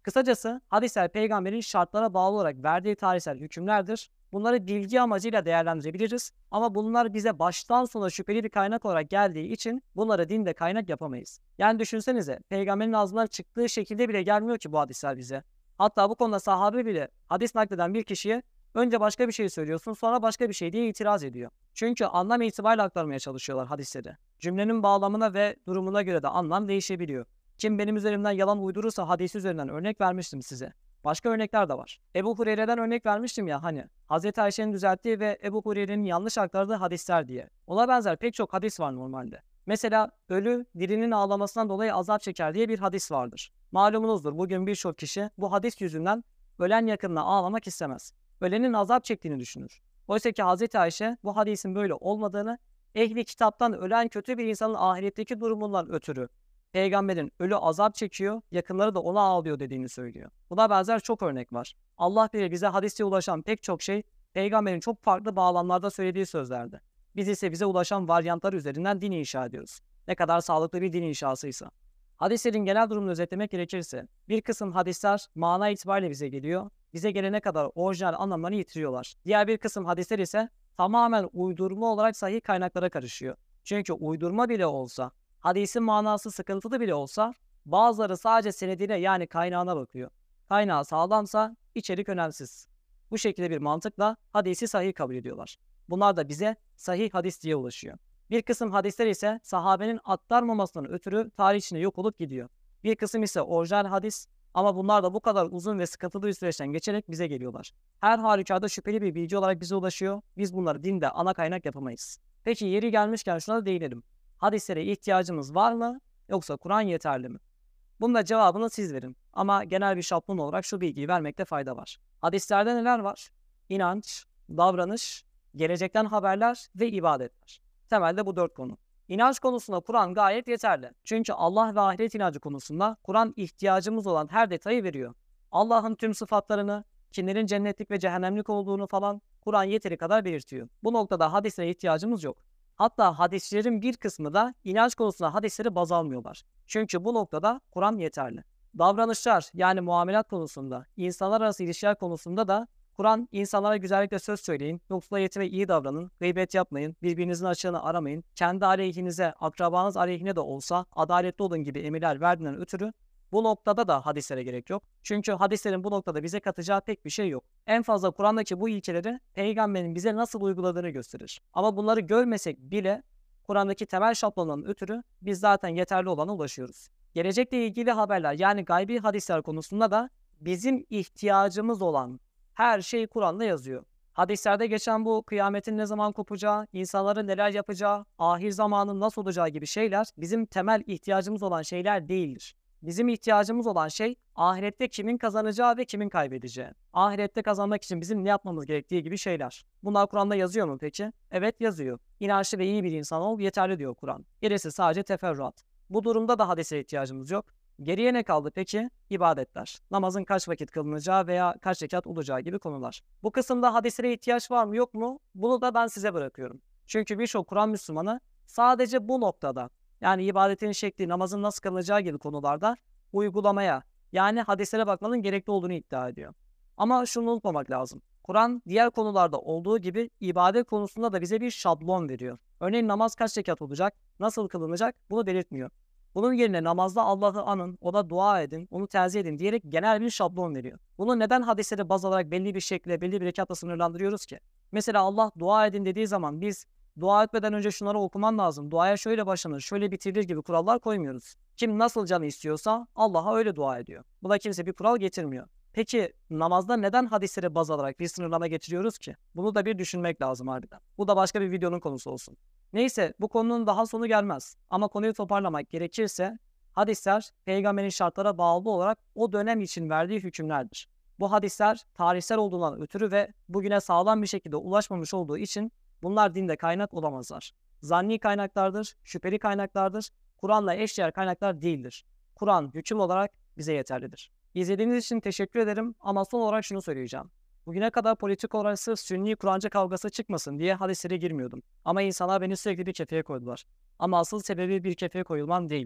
Kısacası hadisler peygamberin şartlara bağlı olarak verdiği tarihsel hükümlerdir. Bunları bilgi amacıyla değerlendirebiliriz ama bunlar bize baştan sona şüpheli bir kaynak olarak geldiği için bunları dinde kaynak yapamayız. Yani düşünsenize, peygamberin ağzından çıktığı şekilde bile gelmiyor ki bu hadisler bize. Hatta bu konuda sahabe bile hadis nakleden bir kişiye önce başka bir şey söylüyorsun, sonra başka bir şey diye itiraz ediyor. Çünkü anlam itibariyle aktarmaya çalışıyorlar hadisleri. Cümlenin bağlamına ve durumuna göre de anlam değişebiliyor. Kim benim üzerimden yalan uydurursa hadisi üzerinden örnek vermiştim size. Başka örnekler de var. Ebu Hureyre'den örnek vermiştim ya hani. Hazreti Ayşe'nin düzelttiği ve Ebu Hureyre'nin yanlış aktardığı hadisler diye. Ona benzer pek çok hadis var normalde. Mesela ölü dirinin ağlamasından dolayı azap çeker diye bir hadis vardır. Malumunuzdur, bugün birçok kişi bu hadis yüzünden ölen yakınına ağlamak istemez. Ölenin azap çektiğini düşünür. Oysa ki Hazreti Ayşe bu hadisin böyle olmadığını, ehli kitaptan ölen kötü bir insanın ahiretteki durumundan ötürü peygamberin ölü azap çekiyor, yakınları da ona ağlıyor dediğini söylüyor. Buna benzer çok örnek var. Allah bilir, bize hadiste ulaşan pek çok şey peygamberin çok farklı bağlamlarda söylediği sözlerdi. Biz ise bize ulaşan varyantlar üzerinden din inşa ediyoruz. Ne kadar sağlıklı bir din inşasıysa. Hadislerin genel durumunu özetlemek gerekirse, bir kısım hadisler mana itibariyle bize geliyor, bize gelene kadar orijinal anlamlarını yitiriyorlar. Diğer bir kısım hadisler ise tamamen uydurma olarak sahih kaynaklara karışıyor. Çünkü uydurma bile olsa, hadisin manası sıkıntılı bile olsa bazıları sadece senedine yani kaynağına bakıyor. Kaynağı sağlamsa içerik önemsiz. Bu şekilde bir mantıkla hadisi sahih kabul ediyorlar. Bunlar da bize sahih hadis diye ulaşıyor. Bir kısım hadisler ise sahabenin aktarmamasından ötürü tarih içinde yok olup gidiyor. Bir kısım ise orijinal hadis ama bunlar da bu kadar uzun ve sıkıntılı bir süreçten geçerek bize geliyorlar. Her halükarda şüpheli bir bilgi olarak bize ulaşıyor. Biz bunları dinde ana kaynak yapamayız. Peki yeri gelmişken şuna da değinelim. Hadislere ihtiyacımız var mı yoksa Kur'an yeterli mi? Bunun da cevabını siz verin. Ama genel bir şablon olarak şu bilgiyi vermekte fayda var. Hadislerde neler var? İnanç, davranış, gelecekten haberler ve ibadetler. Temelde bu dört konu. İnanç konusunda Kur'an gayet yeterli. Çünkü Allah ve ahiret inancı konusunda Kur'an ihtiyacımız olan her detayı veriyor. Allah'ın tüm sıfatlarını, kimlerin cennetlik ve cehennemlik olduğunu falan Kur'an yeteri kadar belirtiyor. Bu noktada hadislere ihtiyacımız yok. Hatta hadislerin bir kısmı da inanç konusunda hadisleri baz almıyorlar. Çünkü bu noktada Kur'an yeterli. Davranışlar yani muamelat konusunda, insanlar arası ilişkiler konusunda da Kur'an insanlara güzellikle söz söyleyin, yoksula yetime iyi davranın, gıybet yapmayın, birbirinizin açığını aramayın, kendi aleyhinize, akrabanız aleyhine de olsa adaletli olun gibi emirler verdiğinden ötürü bu noktada da hadislere gerek yok. Çünkü hadislerin bu noktada bize katacağı pek bir şey yok. En fazla Kur'an'daki bu ilkeleri peygamberin bize nasıl uyguladığını gösterir. Ama bunları görmesek bile Kur'an'daki temel şablondan ötürü biz zaten yeterli olana ulaşıyoruz. Gelecekle ilgili haberler yani gaybi hadisler konusunda da bizim ihtiyacımız olan her şey Kur'an'da yazıyor. Hadislerde geçen bu kıyametin ne zaman kopacağı, insanların neler yapacağı, ahir zamanın nasıl olacağı gibi şeyler bizim temel ihtiyacımız olan şeyler değildir. Bizim ihtiyacımız olan şey ahirette kimin kazanacağı ve kimin kaybedeceği. Ahirette kazanmak için bizim ne yapmamız gerektiği gibi şeyler. Bunlar Kur'an'da yazıyor mu peki? Evet yazıyor. İnançlı ve iyi bir insan ol yeterli diyor Kur'an. Gerisi sadece teferruat. Bu durumda da hadise ihtiyacımız yok. Geriye ne kaldı peki? İbadetler. Namazın kaç vakit kılınacağı veya kaç rekat olacağı gibi konular. Bu kısımda hadislere ihtiyaç var mı yok mu? Bunu da ben size bırakıyorum. Çünkü birçok Kur'an Müslümanı sadece bu noktada yani ibadetin şekli, namazın nasıl kılınacağı gibi konularda uygulamaya yani hadislere bakmanın gerekli olduğunu iddia ediyor. Ama şunu unutmamak lazım. Kur'an diğer konularda olduğu gibi ibadet konusunda da bize bir şablon veriyor. Örneğin namaz kaç rekat olacak, nasıl kılınacak bunu belirtmiyor. Bunun yerine namazda Allah'ı anın, ona dua edin, onu tenzih edin diyerek genel bir şablon veriyor. Bunu neden hadisleri baz alarak belli bir şekilde, belli bir rekatla sınırlandırıyoruz ki? Mesela Allah dua edin dediği zaman biz dua etmeden önce şunları okuman lazım, duaya şöyle başlanır, şöyle bitirilir gibi kurallar koymuyoruz. Kim nasıl canı istiyorsa Allah'a öyle dua ediyor. Buna kimse bir kural getirmiyor. Peki namazda neden hadisleri baz alarak bir sınırlama getiriyoruz ki? Bunu da bir düşünmek lazım harbiden. Bu da başka bir videonun konusu olsun. Neyse bu konunun daha sonu gelmez. Ama konuyu toparlamak gerekirse hadisler peygamberin şartlara bağlı olarak o dönem için verdiği hükümlerdir. Bu hadisler tarihsel olduğundan ötürü ve bugüne sağlam bir şekilde ulaşmamış olduğu için bunlar dinde kaynak olamazlar. Zanni kaynaklardır, şüpheli kaynaklardır, Kur'an'la eşdeğer kaynaklar değildir. Kur'an hüküm olarak bize yeterlidir. İzlediğiniz için teşekkür ederim ama son olarak şunu söyleyeceğim. Bugüne kadar politik olarak sırf Sünni Kur'ancı kavgası çıkmasın diye hadislere girmiyordum. Ama insanlar beni sürekli bir kefeye koydular. Ama asıl sebebi bir kefeye koyulmam değildi.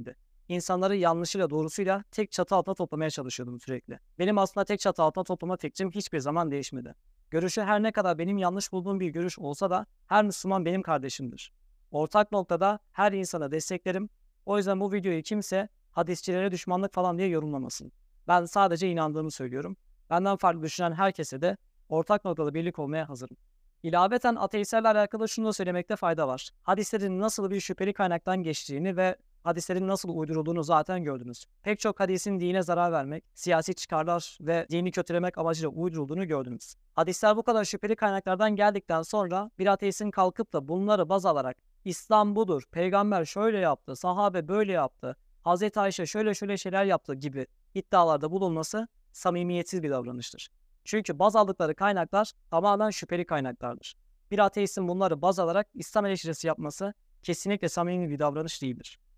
insanları yanlışıyla doğrusuyla tek çatı altında toplamaya çalışıyordum sürekli. Benim aslında tek çatı altında toplama fikrim hiçbir zaman değişmedi. Görüşü her ne kadar benim yanlış bulduğum bir görüş olsa da her Müslüman benim kardeşimdir. Ortak noktada her insana desteklerim. O yüzden bu videoyu kimse hadisçilere düşmanlık falan diye yorumlamasın. Ben sadece inandığımı söylüyorum. Benden farklı düşünen herkese de ortak noktada birlik olmaya hazırım. İlaveten ateistlerle alakalı şunu da söylemekte fayda var. Hadislerin nasıl bir şüpheli kaynaktan geçtiğini ve hadislerin nasıl uydurulduğunu zaten gördünüz. Pek çok hadisin dine zarar vermek, siyasi çıkarlar ve dini kötülemek amacıyla uydurulduğunu gördünüz. Hadisler bu kadar şüpheli kaynaklardan geldikten sonra bir ateistin kalkıp da bunları baz alarak İslam budur, peygamber şöyle yaptı, sahabe böyle yaptı, Hazreti Ayşe şöyle şöyle şeyler yaptı gibi iddialarda bulunması samimiyetsiz bir davranıştır. Çünkü baz aldıkları kaynaklar tamamen şüpheli kaynaklardır. Bir ateistin bunları baz alarak İslam eleştirisi yapması kesinlikle samimi bir davranış değildir.